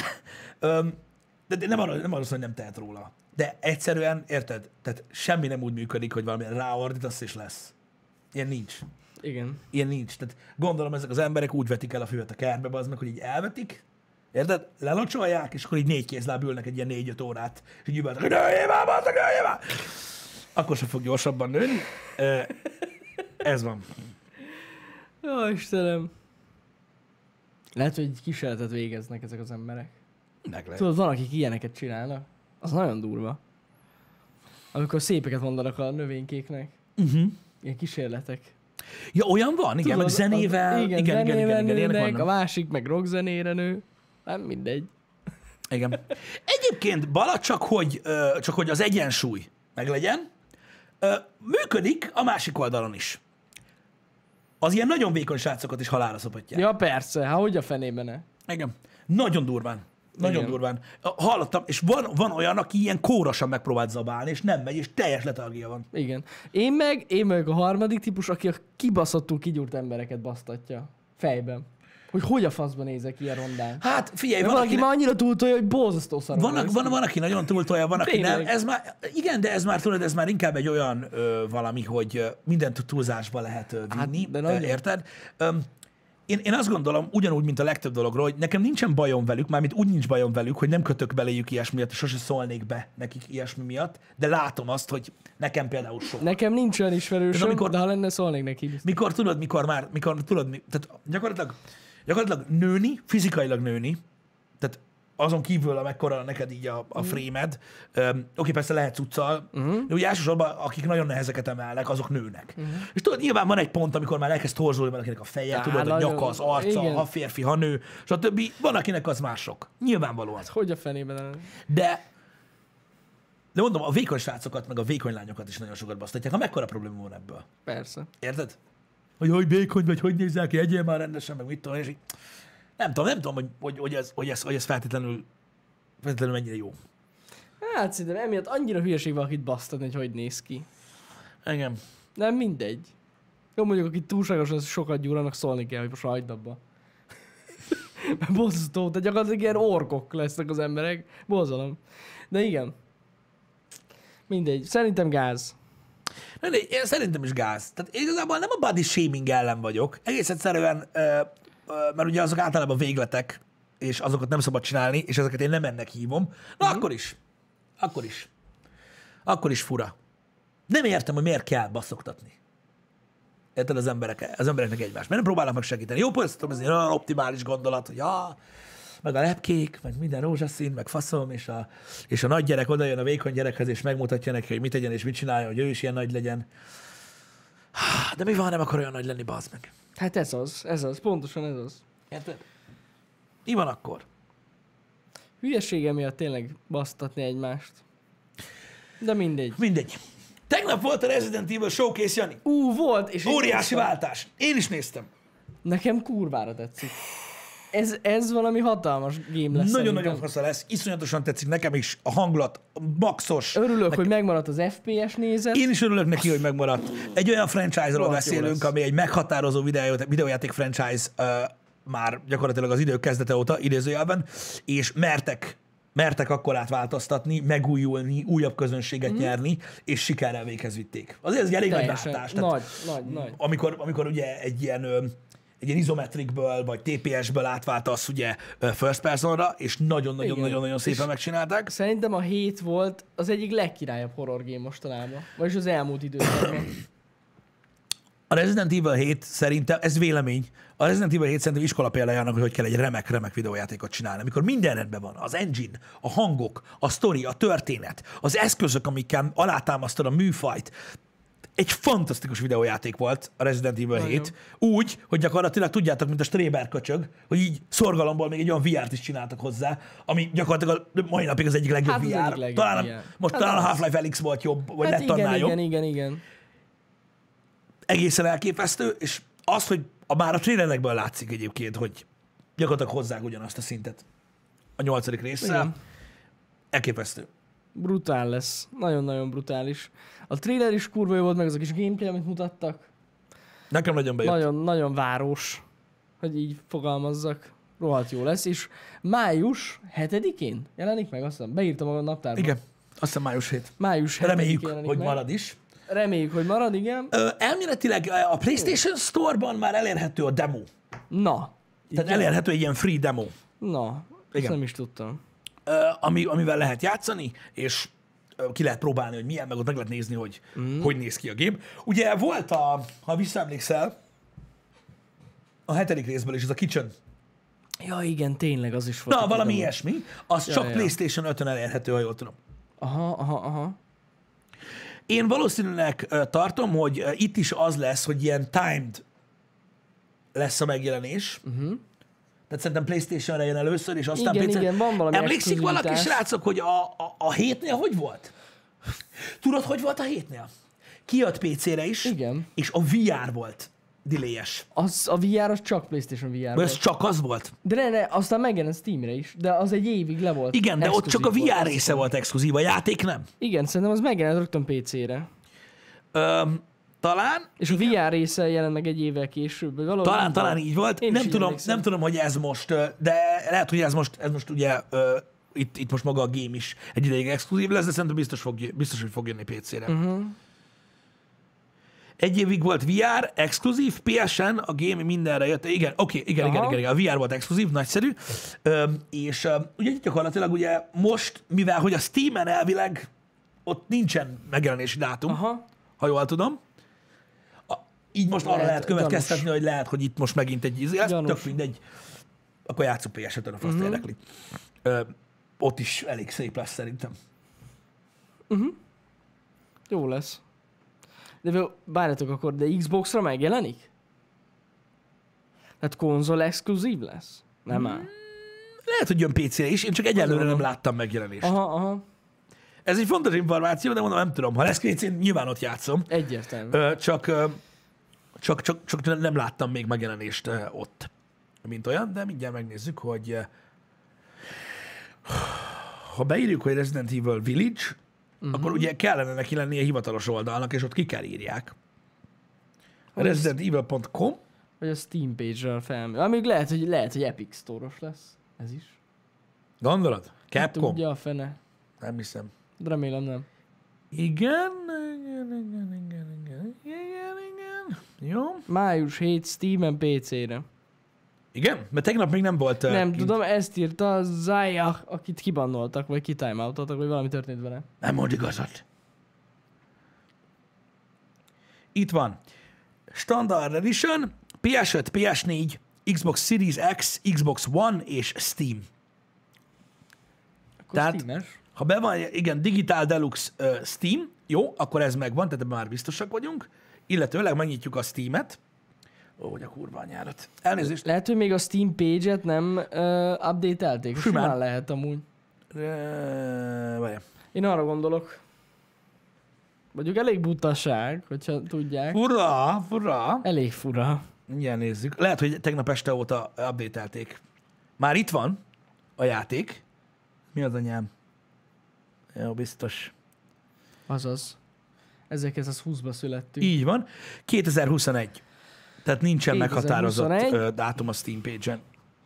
nem arról, hogy nem tehet róla. De egyszerűen, érted? Tehát semmi nem úgy működik, hogy valamilyen ráordítasz és lesz. Ilyen nincs. Igen. Ilyen nincs. Tehát gondolom, ezek az emberek úgy vetik el a füvet a kertbe, az meg, hogy így elvetik, érted? Lelocsolják, és akkor így 4 kézláb ülnek egy ilyen 4-5 órát, és így üvöltek, hogy nőjél már! Akkor sem fog gyorsabban nőni. Ez van. Jó, Istenem. Lehet, hogy egy kísérletet végeznek ezek az emberek. Tudod, van, akik ilyeneket csinálnak. Az nagyon durva. Amikor szépeket mondanak a növénykéknek. Ilyen kísérletek. Ja, olyan van? Igen, meg zenével. Igen, nőnek, a másik meg rockzenére nő. Nem mindegy. Igen. Egyébként, Bala, csak hogy az egyensúly meglegyen, működik a másik oldalon is. Az ilyen nagyon vékony srácokat is halálra szopatják. Ja, persze. Hát hogy a fenében ne? Igen. Nagyon durván. Nagyon durván. Hallottam, és van olyan, aki ilyen kórosan megpróbált zabálni, és nem megy, és teljes letargia van. Igen. Én meg a harmadik típus, aki a kibaszottul kigyúrt embereket basztatja. Fejben. Hogy a faszban nézek ilyen rondán. Hát figyelj, valaki már annyira túltolja, hogy borzasztó szarul. Van, aki nagyon túltolja, van, aki nem. Igen, de ez már tudod, ez már inkább egy olyan valami, hogy mindent túlzásba lehet vinni. Hát, érted? Én azt gondolom, ugyanúgy, mint a legtöbb dologról, hogy nekem nincsen bajom velük, mármint úgy nincs bajom velük, hogy nem kötök beléjük ilyesmi miatt, és sose szólnék be nekik ilyesmi miatt, de látom azt, hogy nekem például sok. Nekem nincs olyan ismerősöm, de ha lenne, szólnék neki. Tehát gyakorlatilag nőni, fizikailag nőni, tehát azon kívül, amekkora neked így a frame-ed, oké, persze lehet cuccal, de ugye elsősorban, akik nagyon nehezeket emelnek, azok nőnek. És tudod, nyilván van egy pont, amikor már elkezd torzulni valakinek a feje, tudod, a nyaka, az arca, igen. ha férfi, ha nő, stb. Van, akinek az mások. Nyilvánvalóan. Hogy a fenében? De mondom, a vékony srácokat, meg a vékony lányokat is nagyon sokat basztatják. Ha mekkora probléma van ebből? Persze. Érted? Hogy vékony vagy, hogy nézel ki, egyél már rendesen, meg mit tudom, és így. Nem tudom, hogy ez feltétlenül mennyire jó. Hát szerintem emiatt annyira hülyeség van, akit basztatni, hogy néz ki. Engem. Nem mindegy. Jó, mondjuk, akik túlságosan sokat gyúranak, szólni kell, hogy most hagyd abba. Mert bosszútó, de gyakorlatilag ilyen orkok lesznek az emberek. Borzalom. De igen. Mindegy. Szerintem gáz. Én szerintem is gáz. Tehát igazából nem a body shaming ellen vagyok. Egész egyszerűen, mert ugye azok általában végletek, és azokat nem szabad csinálni, és ezeket én nem ennek hívom. Na akkor is. Akkor is fura. Nem értem, hogy miért kell basszoktatni. Érted az embereknek egymást. Mert nem próbálnak meg segíteni. Jó, ezt tudom, ez egy olyan optimális gondolat, hogy meg a lepkék, meg minden rózsaszín, meg faszom, és a nagy gyerek oda jön a vékony gyerekhez, és megmutatja neki, hogy mit tegyen, és mit csinálja, hogy ő is ilyen nagy legyen. De mi van, ha nem akar olyan nagy lenni, bazd meg? Hát ez az, pontosan ez az. Érted? Mi van akkor? Hülyesége miatt tényleg basztatni egymást. De mindegy. Mindegy. Tegnap volt a Resident Evil Showcase, Jani. Volt. És óriási váltás. Én is néztem. Nekem kurvára tetszik. Ez valami hatalmas game lesz. Nagyon-nagyon fasza lesz. Iszonyatosan tetszik nekem is a hangulat, maxos. Örülök, hogy megmaradt az FPS nézet. Én is örülök neki, hogy megmaradt. Egy olyan franchise-ról beszélünk, ami egy meghatározó videójáték franchise már gyakorlatilag az idők kezdete óta, idézőjelben, és mertek akkor átváltoztatni, megújulni, újabb közönséget nyerni, és sikerrel véghez vitték. Azért ez egy elég nagy váltás. Nagy. Amikor ugye egy ilyen izometrikből, vagy TPS-ből átváltasz ugye first personra, és nagyon-nagyon szépen megcsinálták. Szerintem a 7 volt az egyik legkirályabb horror game mostanában. Vagyis az elmúlt időszakban. A Resident Evil 7 szerintem, ez vélemény, a Resident Evil 7 szerintem iskola példája annak, hogy kell egy remek videójátékot csinálni. Amikor minden rendben van, az engine, a hangok, a sztori, a történet, az eszközök, amikkel alátámasztod a műfajt. Egy fantasztikus videójáték volt a Resident Evil 7. Úgy, hogy gyakorlatilag tudjátok, mint a Stréber köcsög, hogy így szorgalomból még egy olyan VR-t is csináltak hozzá, ami gyakorlatilag mai napig az egyik legjobb VR. Talán a Half-Life Alyx volt jobb, vagy lett annál jobb. Igen. Egészen elképesztő, és az, hogy már a trailerekből látszik egyébként, hogy gyakorlatilag hozzák ugyanazt a szintet a 8. résszel. Elképesztő. Brutál lesz. Nagyon-nagyon brutális. A trailer is kurva jó volt, meg az a kis gameplay, amit mutattak. Nekem nagyon bejött. Nagyon város, hogy így fogalmazzak. Rohadt jó lesz, és május 7-én jelenik meg, azt hiszem. Beírtam a naptárba. Igen, azt hiszem május 7. Május 7-én Reméljük, hogy meg. marad is. Reméljük, hogy marad, igen. Elméletileg a PlayStation Store-ban már elérhető a demo. Na. Tehát elérhető egy ilyen free demo. Na, ezt nem is tudtam. Amivel lehet játszani, és ki lehet próbálni, hogy milyen, meg ott meg lehet nézni, hogy néz ki a game. Ugye volt ha visszaemlékszel, a 7. részből is, ez a Kitchen. Ja, igen, tényleg az is volt. Na, valami ilyesmi. Az csak PlayStation 5-ön elérhető, ha jól tudom. Aha. Én valószínűleg tartom, hogy itt is az lesz, hogy ilyen timed lesz a megjelenés. Tehát szerintem PlayStation-re jön először, és aztán PC-re. Igen, van valami Emlékszik valaki, srácok, hogy a 7-nél hogy volt? Tudod, hogy volt a 7-nél? Kijött PC-re is, igen. És a VR volt delay-es. A VR az csak PlayStation VR volt. Ez csak az volt? De ne, aztán megjelent Steamre is, de az egy évig le volt. Igen, de ott csak a VR része volt exkluzív, a játék nem. Igen, szerintem az megjelent rögtön PC-re. Talán. És a VR része jelent meg egy évvel később. Talán így volt. Nem tudom, hogy ez most, de lehet, hogy ez most ugye itt most maga a game is egy ideig exkluzív lesz, de szerintem biztos, hogy fog jönni PC-re. Egy évig volt VR, exkluzív, PSN, a game mindenre jött. Igen, igen, a VR volt exkluzív, nagyszerű. És ugye gyakorlatilag ugye most, mivel hogy a Steam-en elvileg ott nincsen megjelenési dátum, ha jól tudom, így most arra lehet következtetni, hogy lehet, hogy itt most megint egy lesz, tök mindegy, akkor játsszuk PS5-ön, a faszt érdekli. ott is elég szép lesz szerintem. Jó lesz. De várjatok akkor, de Xbox-ra megjelenik? Tehát konzol exkluzív lesz? Nem áll. Lehet, hogy jön PC-re is, én csak egyelőre nem láttam megjelenést. Aha. Ez egy fontos információ, de mondom, nem tudom. Ha lesz PC-n, nyilván ott játszom. Egyértelmű. Csak nem láttam még megjelenést ott, mint olyan, de mindjárt megnézzük, hogy ha beírjuk, hogy Resident Evil Village, akkor ugye kellene neki lennie hivatalos oldalnak, és ott ki kell írják. residentevil.com. Vagy a Steam page-ről felmerül. Amíg lehet, hogy Epic Store-os lesz. Ez is. Gondolod? Capcom? Tudja a fene. Nem hiszem. Remélem nem. Igen. Jó. Május 7 Steam-en PC-re. Igen? Mert tegnap még nem volt... Nem kint. tudom, ezt írta Zaya, akit kibannoltak, vagy kitimeoutoltak, vagy valami történt vele. Nem mond igazat. Itt van. Standard Edition, PS5, PS4, Xbox Series X, Xbox One és Steam. Akkor Tehát- Steam-es. Ha be van, igen, Digital Deluxe Steam, jó, akkor ez megvan, tehát ebben már biztosak vagyunk. Illetőleg megnyitjuk a Steam-et. Ó, hogy a kurva anyárat. Elnézést. Lehet, hogy még a Steam page-et nem update-elték. Simán. Simán lehet amúgy. Várjál. Én arra gondolok. Mondjuk elég butaság, hogyha tudják. Fura. Elég fura. Mindjárt nézzük. Lehet, hogy tegnap este óta update-elték. Már itt van a játék. Mi az anyám? Jó, biztos. Azaz. 1920-ban születtünk. Így van. 2021. Tehát nincsen 2021. meghatározott dátum a Steam page-en.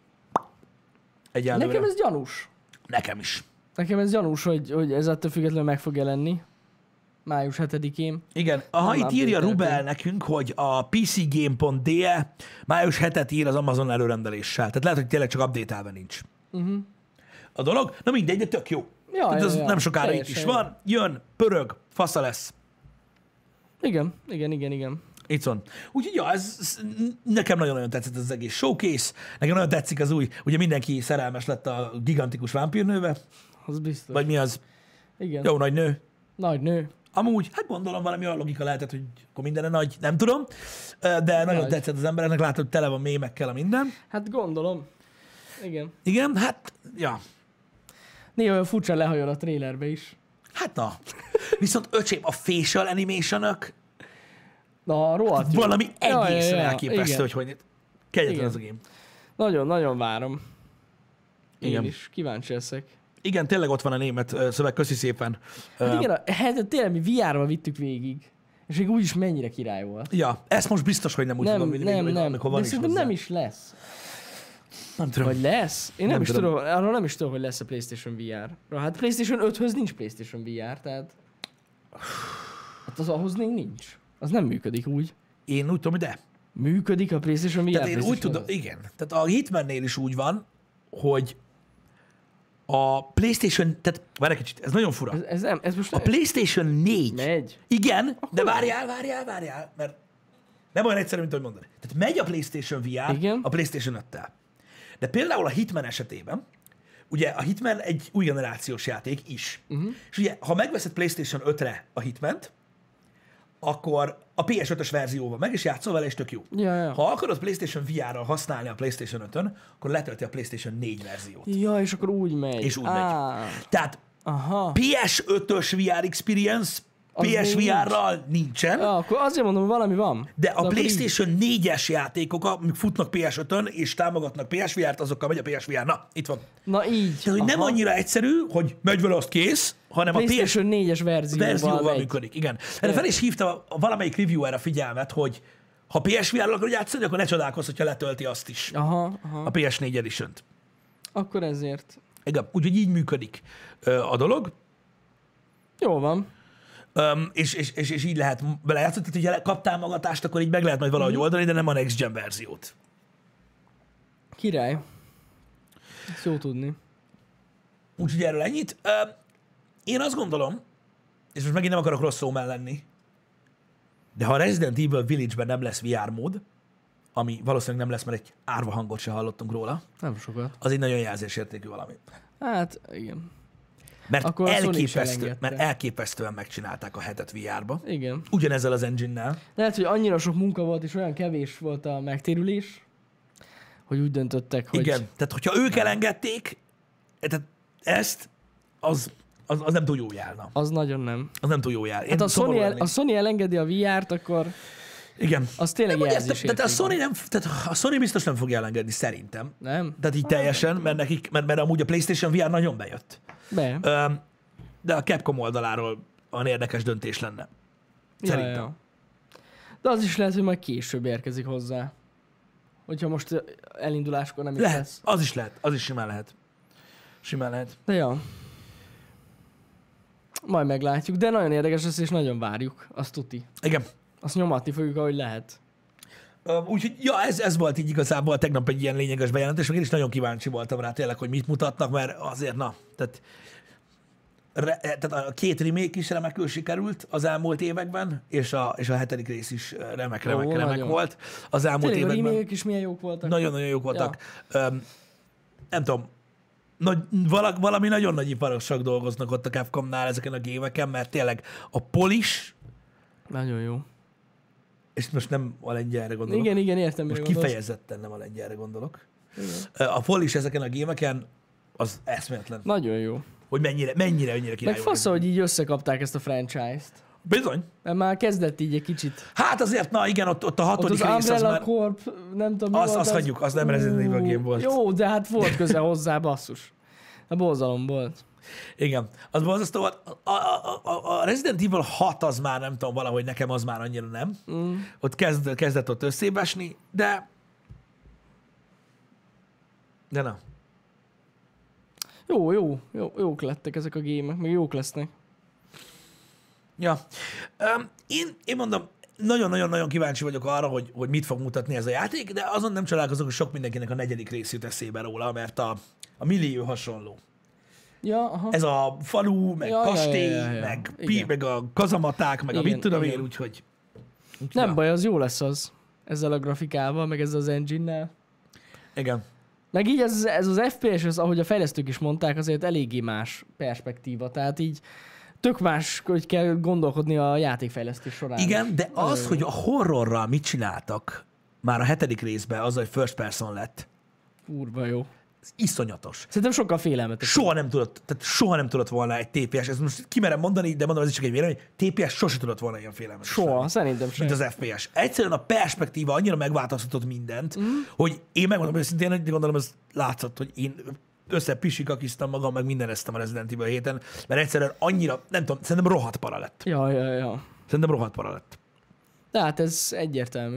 Egyelőre. Nekem ez gyanús. Nekem is. Nekem ez gyanús, hogy ez ettől függetlenül meg fog jelenni. Május 7-én. Igen, ha itt írja update-elték. Rubel nekünk, hogy a pcgame.de május 7-et ír az Amazon előrendeléssel. Tehát lehet, hogy tényleg csak update-elve nincs. A dolog, na mindegy, de tök jó. Ja, Tehát ez nem sokára itt teljesen is jó. van, jön, pörög, fasza lesz. Igen. Itt van. Úgyhogy ja, ez nekem nagyon-nagyon tetszett ez az egész showcase. Nekem nagyon tetszik az új, ugye mindenki szerelmes lett a gigantikus vámpírnőbe, Az biztos. vagy mi az? Igen. Jó nagy nő. Nagy nő. Amúgy, hát gondolom valami olyan logika lehetett, hogy akkor minden nagy, nem tudom, de nagyon Nagy. tetszett az embereknek, látod, hogy tele van mémekkel a minden. Hát gondolom. Igen. Igen, hát, ja, Néha olyan furcsa lehajol a trailerbe is. hát na. Viszont öcsém, a facial animation-ök Na, rohadt jó. valami egészen ja, elképesztő, igen. hogy kegyetlen Igen. az a game. Nagyon várom. Igen. Én is. Kíváncsi leszek. Igen, tényleg ott van a német szöveg, köszi szépen. Hát igen, hát tényleg mi VR-ra vittük végig. És még úgyis mennyire király volt. Ja, ezt most biztos, hogy nem úgy fogom vinni, hogy nem. amikor van De is szerintem hozzá. nem is lesz. Nem tudom. Vagy lesz? Én Nem nem is tudom. tudom, arról nem is tudom, hogy lesz a PlayStation VR. Hát PlayStation 5-höz nincs PlayStation VR, tehát... Hát az ahhoz még nincs. Az nem működik úgy. Én úgy tudom, hogy de. Működik a PlayStation VR? Tehát én úgy PlayStation tudom, 5? igen. Tehát a Hitmannél is úgy van, hogy a PlayStation, tehát várj egy kicsit, ez nagyon fura. Ez most A PlayStation 4. megy. Igen, de várjál, mert nem olyan egyszerű, mint ahogy mondani. Tehát megy a PlayStation VR Igen. a PlayStation 5-tel. De például a Hitman esetében, ugye a Hitman egy új generációs játék is. És ugye, ha megveszed PlayStation 5-re a Hitmant, akkor a PS5-ös verzióval meg is játszol vele, és tök jó. Ja. Ha akarod PlayStation VR-ral használni a PlayStation 5-ön, akkor letölti a PlayStation 4 verziót. Ja, és akkor úgy megy. És úgy megy. Tehát Aha. PS5-ös VR experience Az még PSVR-ral nincsen, Ja, akkor azért mondom, hogy valami van. de a akkor PlayStation 4-es játékok, amik futnak PS5-ön és támogatnak PSVR-t, azokkal megy a PSVR. Na, itt van. Na így. Tehát, hogy nem annyira egyszerű, hogy megy vele, azt kész, hanem a PS PlayStation 4-es verzióval megy. működik. Igen. Erre fel is hívta valamelyik reviewer a figyelmet, hogy ha PSVR-ral akarod játszani, akkor ne csodálkozz, hogyha letölti azt is. Aha. A PS4 Edition-t. Akkor ezért. Igen, úgyhogy így működik a dolog. Jó van. És így lehet vele játszani. Tehát, hogyha kap támogatást, akkor így meg lehet majd valahogy oldani, de nem a Next Gen verziót. Király. Ezt jó tudni. Úgyhogy erről ennyit. Én azt gondolom, és most megint nem akarok rossz szó lenni, de ha a Resident Evil Village-ben nem lesz VR mód, ami valószínűleg nem lesz, mert egy árva hangot se hallottunk róla, Nem sokat. az egy nagyon jelzésértékű valami. Hát, igen. Mert Akkor a Sony is elengedte. elképesztően megcsinálták a hetet VR-ba. Igen. Ugyanezzel az engine-nel. Lehet, hogy annyira sok munka volt, és olyan kevés volt a megtérülés, hogy úgy döntöttek, hogy... Igen, tehát hogyha ők elengedték, tehát ezt, az nem túl jó járna. Az nagyon nem. Az nem túl jó jár. Hát a Sony elengedi a VR-t, akkor igen. az tényleg jelzésértékű. Tehát a Sony biztos nem fogja elengedni, szerintem. Nem? Tehát így teljesen, mert amúgy a PlayStation VR nagyon bejött. De a Capcom oldaláról olyan érdekes döntés lenne. Szerintem. Ja. De az is lehet, hogy majd később érkezik hozzá. Hogyha most elinduláskor nem is Lehet, lesz. az is lehet, az is simán lehet. Simán lehet. De ja. Majd meglátjuk, de nagyon érdekes lesz, és nagyon várjuk. Azt tuti. Igen. Azt nyomatni fogjuk, ahogy lehet. Úgyhogy, ja, ez volt így igazából tegnap egy ilyen lényeges bejelentés, meg én is nagyon kíváncsi voltam rá tényleg, hogy mit mutatnak, mert azért, tehát a 2 remake is remekül sikerült az elmúlt években, és a 7. rész is remek volt az elmúlt tényleg években. A remake is milyen jók voltak. Nagyon-nagyon jók voltak. Ja. Nem tudom, valami nagyon nagy iparosok dolgoznak ott a Capcomnál ezeken a gémeken, mert tényleg a polish... Nagyon jó. És most nem a lengyelre gondolok. Igen, értem, most kifejezetten nem a lengyelre gondolok. Igen. A polish ezeken a gémeken az eszméletlen. Nagyon jó. Hogy mennyire király. Meg fasz, hogy így összekapták ezt a franchise-t. Bizony. Mert már kezdett így egy kicsit. Hát azért, na igen, ott a 6. rész az az már... Corp, nem tudom, azt hagyjuk, az nem Resident Evil game volt. Jó, de hát volt köze hozzá, basszus. A borzalom volt. Igen, az borzasztó volt. A Resident Evil 6 az már nem tudom, valahogy nekem az már annyira nem. Ott kezdett ott összébesni, de na. Jók lettek ezek a gémek, meg jók lesznek. Ja. Én mondom, nagyon-nagyon-nagyon kíváncsi vagyok arra, hogy mit fog mutatni ez a játék, de azon nem csodálkozok, hogy sok mindenkinek a 4. rész jut eszébe róla, mert a millió hasonló. Ja, aha. Ez a falu, meg kastély, meg a kazamaták, meg igen, a mit tudom én, úgyhogy... Nem baj, az jó lesz az. Ezzel a grafikával, meg ezzel az engine-nel. Igen. Meg így ez az FPS, az, ahogy a fejlesztők is mondták, azért eléggé más perspektíva. Tehát így tök más, hogy kell gondolkodni a játékfejlesztés során. Igen, de az, hogy a horrorral mit csináltak már a 7. részben, az, hogy first person lett. Kurva jó. Ez iszonyatos. Szerintem sokkal félelmetes. Soha nem tudott volna egy TPS, ezt most kimerem mondani, de mondom, ez is csak egy vélemény, TPS sose tudott volna ilyen félelmetes. Soha, szerintem sem. Mint az FPS. Egyszerűen a perspektíva annyira megváltoztatott mindent, hogy én megmondom őszintén, hogy gondolom, ez látszott, hogy én összepisikakiztam magam, meg mindeneztem a Resident Evil 7-en, mert egyszerűen annyira, nem tudom, szerintem rohadt para lett. Ja. Szerintem rohadt para lett. De hát ez egyértelmű.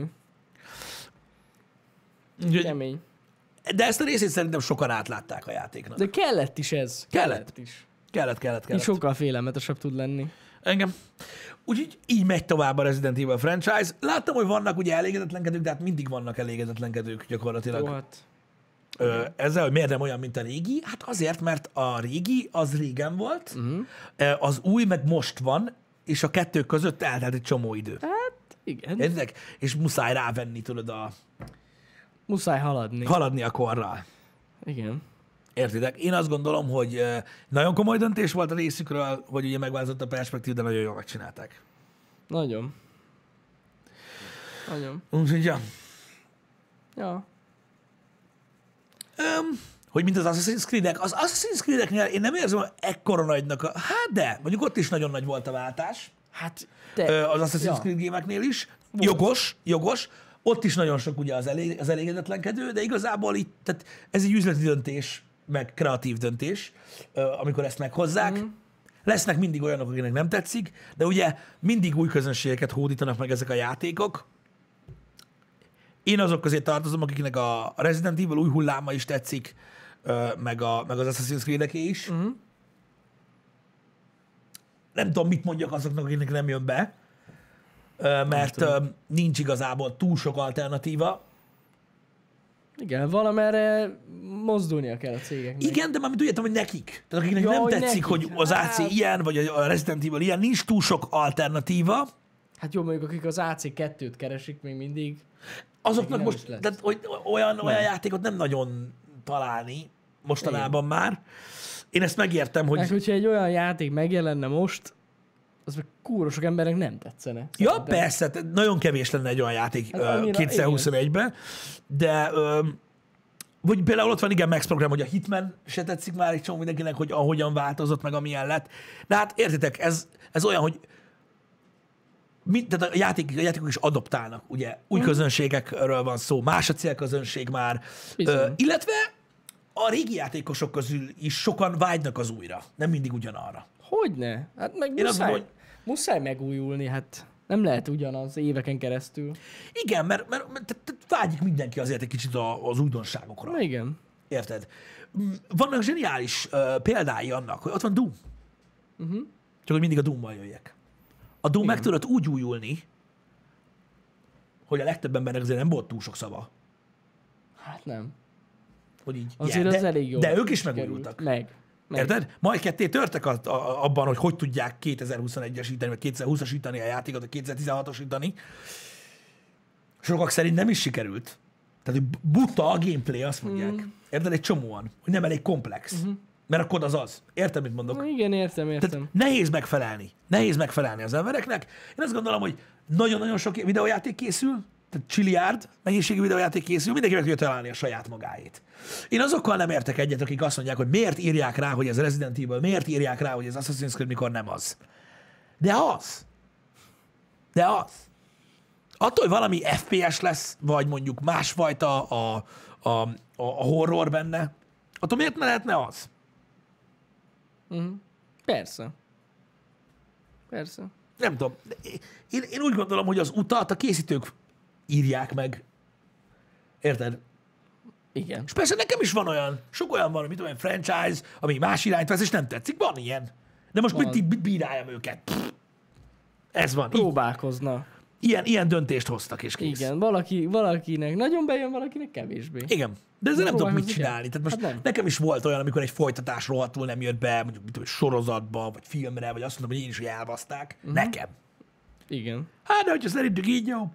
Kemény. De ezt a részét szerintem sokan átlátták a játéknak. De kellett is ez. Kellett. Így sokkal félelmetesebb tud lenni. Engem. Úgyhogy így megy tovább a Resident Evil franchise. Láttam, hogy vannak ugye elégedetlenkedők, de hát mindig vannak elégedetlenkedők gyakorlatilag. Ezzel, hogy miért nem olyan, mint a régi? Hát azért, mert a régi az régen volt, az új meg most van, és a kettő között eltelt egy csomó idő. Hát, igen. Értek? És muszáj rávenni, tudod, muszáj haladni. Haladni a korral. Igen. Értitek? Én azt gondolom, hogy nagyon komoly döntés volt a részükről, hogy ugye megváltozott a perspektív, de nagyon jól megcsinálták. Nagyon. Úgyhogy, ja. Hogy mint az Assassin's Creed-ek. Az Assassin's Creed-eknél én nem érzem, hogy ekkora nagynak hát de, mondjuk ott is nagyon nagy volt a váltás. Hát, de. Az Assassin's Creed gémeknél is. Jogos. Ott is nagyon sok ugye az elégedetlenkedő, de igazából itt, tehát ez egy üzleti döntés, meg kreatív döntés, amikor ezt meghozzák. Lesznek mindig olyanok, akiknek nem tetszik, de ugye mindig új közönségeket hódítanak meg ezek a játékok. Én azok közé tartozom, akiknek a Resident Evil új hulláma is tetszik, meg az Assassin's Creed-eké is. Nem tudom, mit mondjak azoknak, akiknek nem jön be, mert nincs igazából túl sok alternatíva. Igen, valamerre mozdulnia kell a cégeknek. Igen, de már úgy értem, hogy nekik. Tehát akiknek nem tetszik, hogy az AC ilyen, vagy a Resident Evil ilyen, nincs túl sok alternatíva. Hát jó, mondjuk akik az AC2-t keresik még mindig. azoknak most, tehát, hogy olyan játékot nem nagyon találni mostanában már. Én ezt megértem, hogy... Hogyha egy olyan játék megjelenne most, az meg kurva sok embernek nem tetszene. Ja, persze, nagyon kevés lenne egy olyan játék 2021-ben, de vagy például ott van igen Max program, hogy a Hitman se tetszik már egy csomó mindenkinek, hogy ahogyan változott, meg amilyen lett. De hát értitek, ez olyan, hogy tehát a játékok is adoptálnak, ugye? Új közönségekről van szó, más a célközönség már, illetve a régi játékosok közül is sokan vágynak az újra, nem mindig ugyanarra. Hogyne? Hát meg muszáj megújulni, hát nem lehet ugyanaz éveken keresztül. Igen, mert vágyik mindenki azért egy kicsit az újdonságokra. Na igen. Érted? Vannak zseniális példái annak, hogy ott van Doom. Csak hogy mindig a Doommal jöjjek. A Doom meg tudott úgy újulni, hogy a legtöbb embernek azért nem volt túl sok szava. Hát nem. Hogy így, azért az elég jó. De ők is megújultak. Meg. Érted? Majd ketté törtek abban, hogy tudják 2021-esíteni, vagy 2020-asítani a játékot, vagy 2016-osítani. Sokak szerint nem is sikerült. Tehát, hogy buta a gameplay, azt mondják. Érted? Egy csomóan. Hogy nem elég komplex. Mert a kod az. Érted, mit mondok? Na, igen, értem. Tehát nehéz megfelelni. Nehéz megfelelni az embereknek. Én azt gondolom, hogy nagyon-nagyon sok videójáték készül, tehát csiliárd mennyiségű videójáték készül, mindenki meg tudja találni a saját magáét. Én azokkal nem értek egyet, akik azt mondják, hogy miért írják rá, hogy ez Resident Evil, miért írják rá, hogy ez Assassin's Creed, mikor nem az. De az. Attól, hogy valami FPS lesz, vagy mondjuk másfajta a horror benne, attól miért ne lehetne az? Persze. Nem tudom. Én úgy gondolom, hogy az utat a készítők írják meg. Érted? Igen. És persze nekem is van olyan, sok olyan van, mint olyan franchise, ami más irányt vesz, és nem tetszik. Van ilyen. De most mit bíráljam őket? Ez van. Próbálkozna. Ilyen döntést hoztak, és kész. Igen, valakinek nagyon bejön, valakinek kevésbé. Igen. De ezzel nem tudok mit csinálni. Tehát most hát nekem is volt olyan, amikor egy folytatás rohadtul nem jött be, mondjuk sorozatba, vagy filmre, vagy azt mondom, hogy én is, hogy elbaszták. Nekem. Igen. Hát, de hogyha szerintük így jó.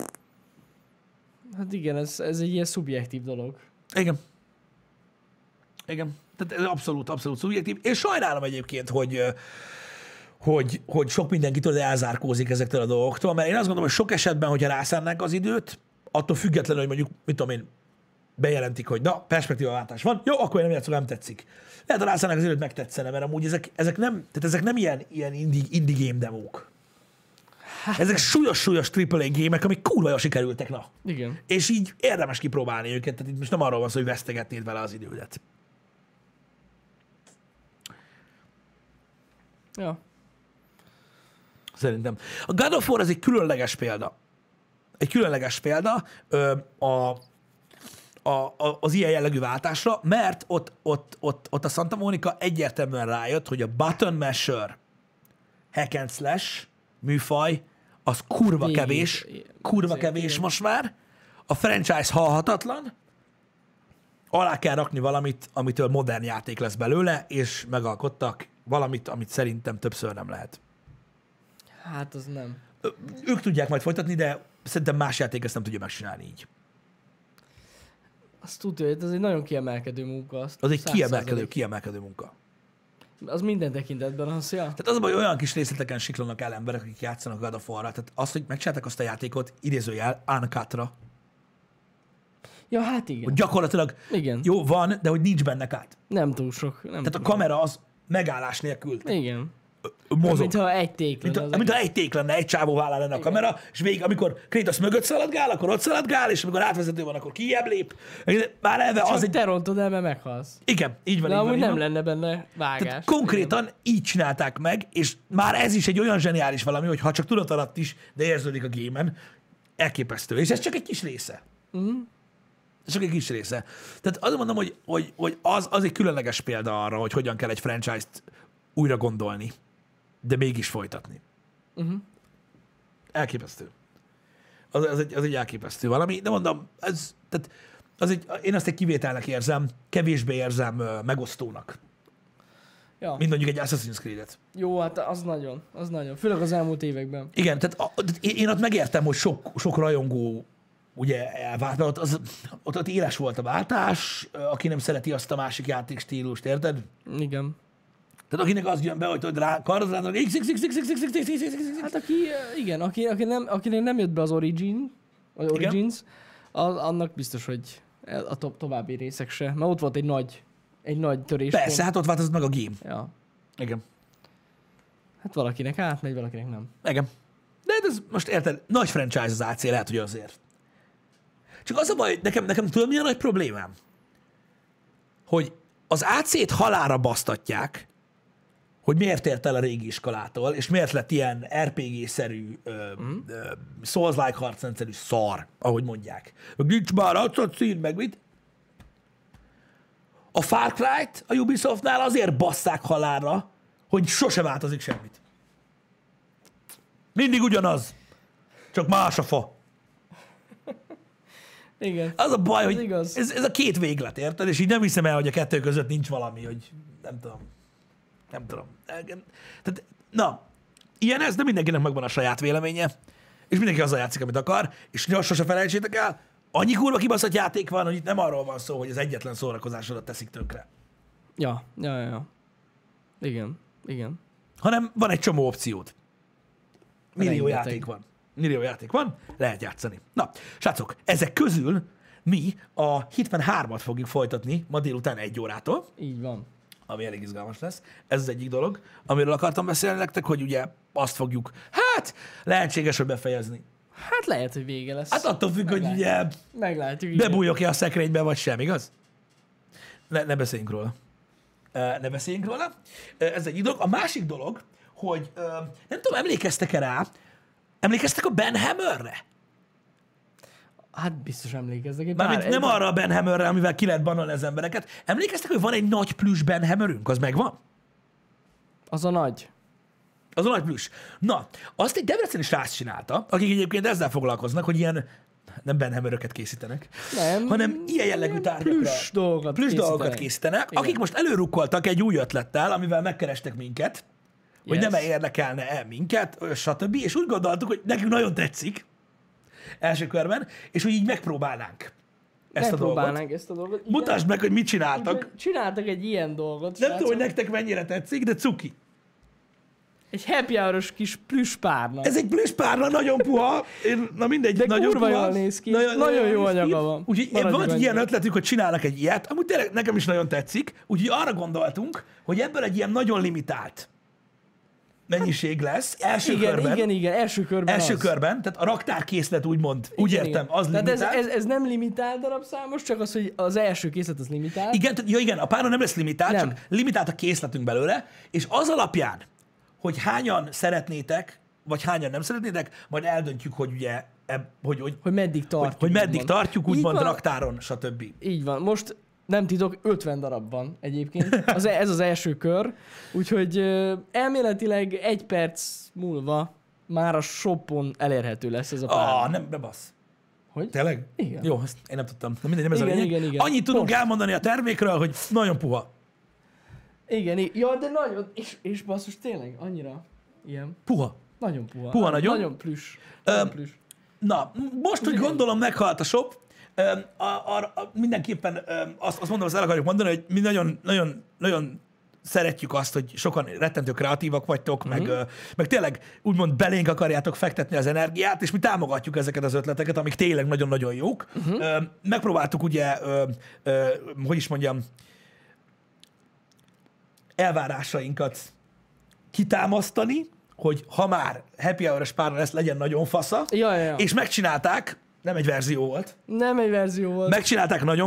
Hát igen, ez egy ilyen szubjektív dolog. Igen. Tehát ez abszolút szubjektív. És sajnálom egyébként, hogy sok mindenki tudod elzárkózik ezektől a dolgoktól, mert én azt gondolom, hogy sok esetben, hogyha rászánnák az időt, attól függetlenül, hogy mondjuk, mit tudom én, bejelentik, hogy na, perspektívaváltás van, jó, akkor én nem játszok, nem tetszik. Lehet, ha rászánnák az időt, megtetszene, mert amúgy ezek nem ilyen indie game demók. Ezek súlyos AAA gémek, amik kurva jól sikerültek, na. Igen. És így érdemes kipróbálni őket, tehát itt most nem arról van szó, hogy vesztegetnéd vele az idődet. Ja. Szerintem. A God of War az egy különleges példa. Az ilyen jellegű váltásra, mert ott a Santa Monica egyértelműen rájött, hogy a button masher hack and slash műfaj, az kurva kevés most már. A franchise halhatatlan, alá kell rakni valamit, amitől modern játék lesz belőle, és megalkottak valamit, amit szerintem többször nem lehet. Hát az nem. Ők tudják majd folytatni, de szerintem más játék ezt nem tudja megcsinálni így. Azt tudja, hogy ez egy nagyon kiemelkedő munka. Az egy kiemelkedő munka. Az minden tekintetben az, ja. Tehát az a baj, hogy olyan kis részleteken siklónak el emberek, akik játszanak God of War-ra. Tehát azt, hogy megcsinálták azt a játékot, idézőjel, uncut-ra. Ja, hát igen. Hogy gyakorlatilag igen. Jó, van, de hogy nincs benne cut. Nem túl sok. Tehát a kamera az megállás nélkül igen. mozog. Mintha egy ték lenne. Mintha egy ték lenne, egy csávó vállán lenne a kamera, és végig, amikor Kratos mögött szaladgál, akkor ott szaladgál, és amikor átvezető van, akkor kijebb lép. Már elve az egy... te rontod el, mert meghalsz. Igen, így van. De amúgy nem van. lenne benne vágás. Tehát konkrétan így csinálták meg, és már ez is egy olyan zseniális valami, hogy ha csak tudat alatt is, de érződik a gémen, elképesztő. És ez csak egy kis része. Ez csak egy kis része. Tehát azt mondom, hogy az egy különleges példa arra, hogy hogyan kell egy franchise-t újra gondolni, de mégis folytatni. Elképesztő. Az egy elképesztő valami, de mondom, én azt egy kivételnek érzem, kevésbé érzem megosztónak. Ja. Mint mondjuk egy Assassin's Creed-et. Jó, hát az nagyon. Főleg az elmúlt években. Igen, tehát én ott megértem, hogy sok rajongó ugye elvált, mert ott éles volt a váltás, aki nem szereti azt a másik játékstílust, érted? Igen. Tehát akinek az jön be, hogy tudod rá, kardozrának, Hát igen, akinek nem jött be az Origins, annak biztos, hogy a további részek se. Mert ott volt egy nagy törés. Persze, hát ott változott meg a game. Ja. Igen. Hát valakinek átmegy, valakinek nem. Igen. De ez most érted, nagy franchise az AC, lehet, hogy azért. Csak az a baj, nekem tudod, milyen nagy problémám? Hogy az AC-t halálra basztatják, hogy miért ért el a régi iskolától, és miért lett ilyen RPG-szerű, Souls-like harcrendszerű szar, ahogy mondják. Meg nincs már acatszín, meg mit. A Far Cry-t a Ubisoftnál azért basszák halálra, hogy sose változik semmit. Mindig ugyanaz. Csak más a fa. Igen. Az a baj, hogy igaz. ez a két véglet, érted? És így nem hiszem el, hogy a kettő között nincs valami, hogy nem tudom. Tehát, na, ilyen ez, de mindenkinek megvan a saját véleménye, és mindenki azzal játszik, amit akar, és sose felejtsétek el, annyi kurva kibaszott játék van, hogy itt nem arról van szó, hogy az egyetlen szórakozásodat teszik tönkre. Ja. Igen. Hanem van egy csomó opciót. Millió Rengeteg. játék van, lehet játszani. Na, srácok, ezek közül mi a Hitman 3-at fogjuk folytatni ma délután 1 órától, Így van. ami elég izgalmas lesz. Ez az egyik dolog, amiről akartam beszélni nektek, hogy ugye azt fogjuk, hát lehetséges, hogy befejezni. Hát lehet, hogy vége lesz. Hát attól függ, hogy ugye Meglátjuk. Igen. bebújok-e a szekrénybe, vagy sem, igaz? Ne beszéljünk róla. Ne beszéljünk róla. Ez egy dolog. A másik dolog, hogy nem tudom, emlékeztek-e rá, emlékeztek a Ben Hammerre? Hát biztos emlékeznek. Mármint nem arra a Ben Hammerre, amivel ki lehet banolni az embereket. Emlékeztek, hogy van egy nagy plüss Ben Hammerünk? Az megvan? Az a nagy. Az a nagy plüss. Na, azt egy debreceni srác csinálta, akik egyébként ezzel foglalkoznak, hogy ilyen nem Ben Hammeröket készítenek, hanem ilyen jellegű tárgyakra. Plüss dolgokat készítenek, igen. Akik most előrukkoltak egy új ötlettel, amivel megkerestek minket, hogy nem érdekelne-e minket, stb. És úgy gondoltuk, hogy nekünk nagyon tetszik első körben, és hogy így megpróbálnánk ezt a dolgot. Mutasd meg, hogy mit csináltak. Csináltak egy ilyen dolgot. Nem tudom, hogy nektek mennyire tetszik, de cuki. Egy happy hour-os kis plüss párna. Ez egy plüss párna, nagyon puha. Na mindegy, de nagyon kurva puha. Jól néz ki. Nagyon jó anyaga van. Úgyhogy volt egy ilyen ötletük, hogy csinálnak egy ilyet, amúgy tényleg nekem is nagyon tetszik, úgyhogy arra gondoltunk, hogy ebből egy ilyen nagyon limitált mennyiség lesz. Első körben. Igen, első körben. Tehát a raktárkészlet úgymond, úgy értem, az limitált. Tehát ez nem limitált darabszámos, csak az, hogy az első készlet az limitált. Igen, a párna nem lesz limitált, csak limitált a készletünk belőle, és az alapján, hogy hányan szeretnétek, vagy hányan nem szeretnétek, majd eldöntjük, hogy ugye, hogy meddig tartjuk. Hogy meddig tartjuk, úgymond raktáron, stb. Így van. Most nem titok, 50 darab van egyébként. Ez az első kör. Úgyhogy elméletileg 1 perc múlva már a shopon elérhető lesz ez a pár. Nem bassz. Hogy? Tényleg? Igen. Jó, ezt én nem tudtam. De mindegy, nem ez a lényeg. Igen. Annyit tudunk elmondani a termékről, hogy nagyon puha. Igen. Ja, de nagyon, és basszus, tényleg, annyira ilyen. Puha. Nagyon puha. Puha nagyon. Nagyon plüss. Na, most, hogy gondolom meghalt a shop, mindenképpen azt mondom, azt el akarjuk mondani, hogy mi nagyon szeretjük azt, hogy sokan rettentő kreatívak vagytok, meg tényleg úgymond belénk akarjátok fektetni az energiát, és mi támogatjuk ezeket az ötleteket, amik tényleg nagyon-nagyon jók. Megpróbáltuk ugye, hogy is mondjam, elvárásainkat kitámasztani, hogy ha már happy hour-es párna lesz, legyen nagyon fasza, Ja. és megcsinálták, nem egy verzió volt. Megcsinálták nagyon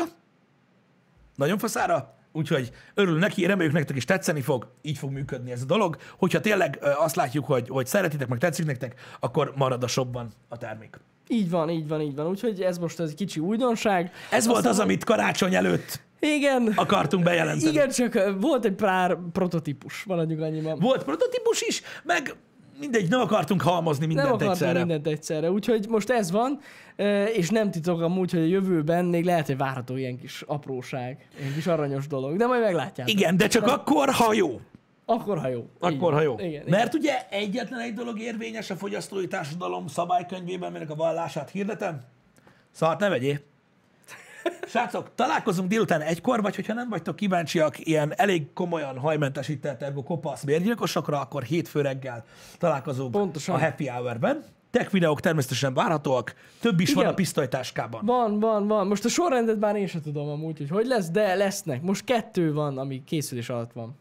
faszára, úgyhogy örülünk neki, reméljük nektek is tetszeni fog, így fog működni ez a dolog. Hogyha tényleg azt látjuk, hogy szeretitek, meg tetszik nektek, akkor marad a shopban a termék. Így van. Úgyhogy ez most egy kicsi újdonság. Ez volt az, amit karácsony előtt akartunk bejelenteni. Igen, csak volt egy pár prototípus, maradjunk annyiban. Volt prototípus is, meg mindegy, nem akartunk halmozni mindent egyszerre. Úgyhogy most ez van, és nem titok amúgy, hogy a jövőben még lehet, hogy várható ilyen kis apróság, ilyen kis aranyos dolog, de majd meglátjátok. Igen, de csak akkor, ha jó. Akkor, ha jó. Igen. Mert ugye egyetlen egy dolog érvényes a fogyasztói társadalom szabálykönyvében, aminek a vallását hirdetem, Szóval ne vegyél. Srácok, találkozunk délután 1-kor, vagy hogyha nem vagytok kíváncsiak ilyen elég komolyan hajmentesített ergo kopasz bérgyilkosokra, akkor hétfő reggel találkozunk Pontosan. a Happy Hour-ben. Tech videók természetesen várhatóak, több is Igen. van a pisztolytáskában. Van. Most a sorrendet már én sem tudom amúgy, hogy lesz, de lesznek. Most 2 van, ami készülés alatt van.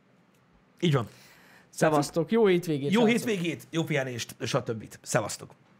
Így van. Szevasztok, jó hétvégét. Jó srácok. hétvégét, jó pihenést, stb. Szevasztok.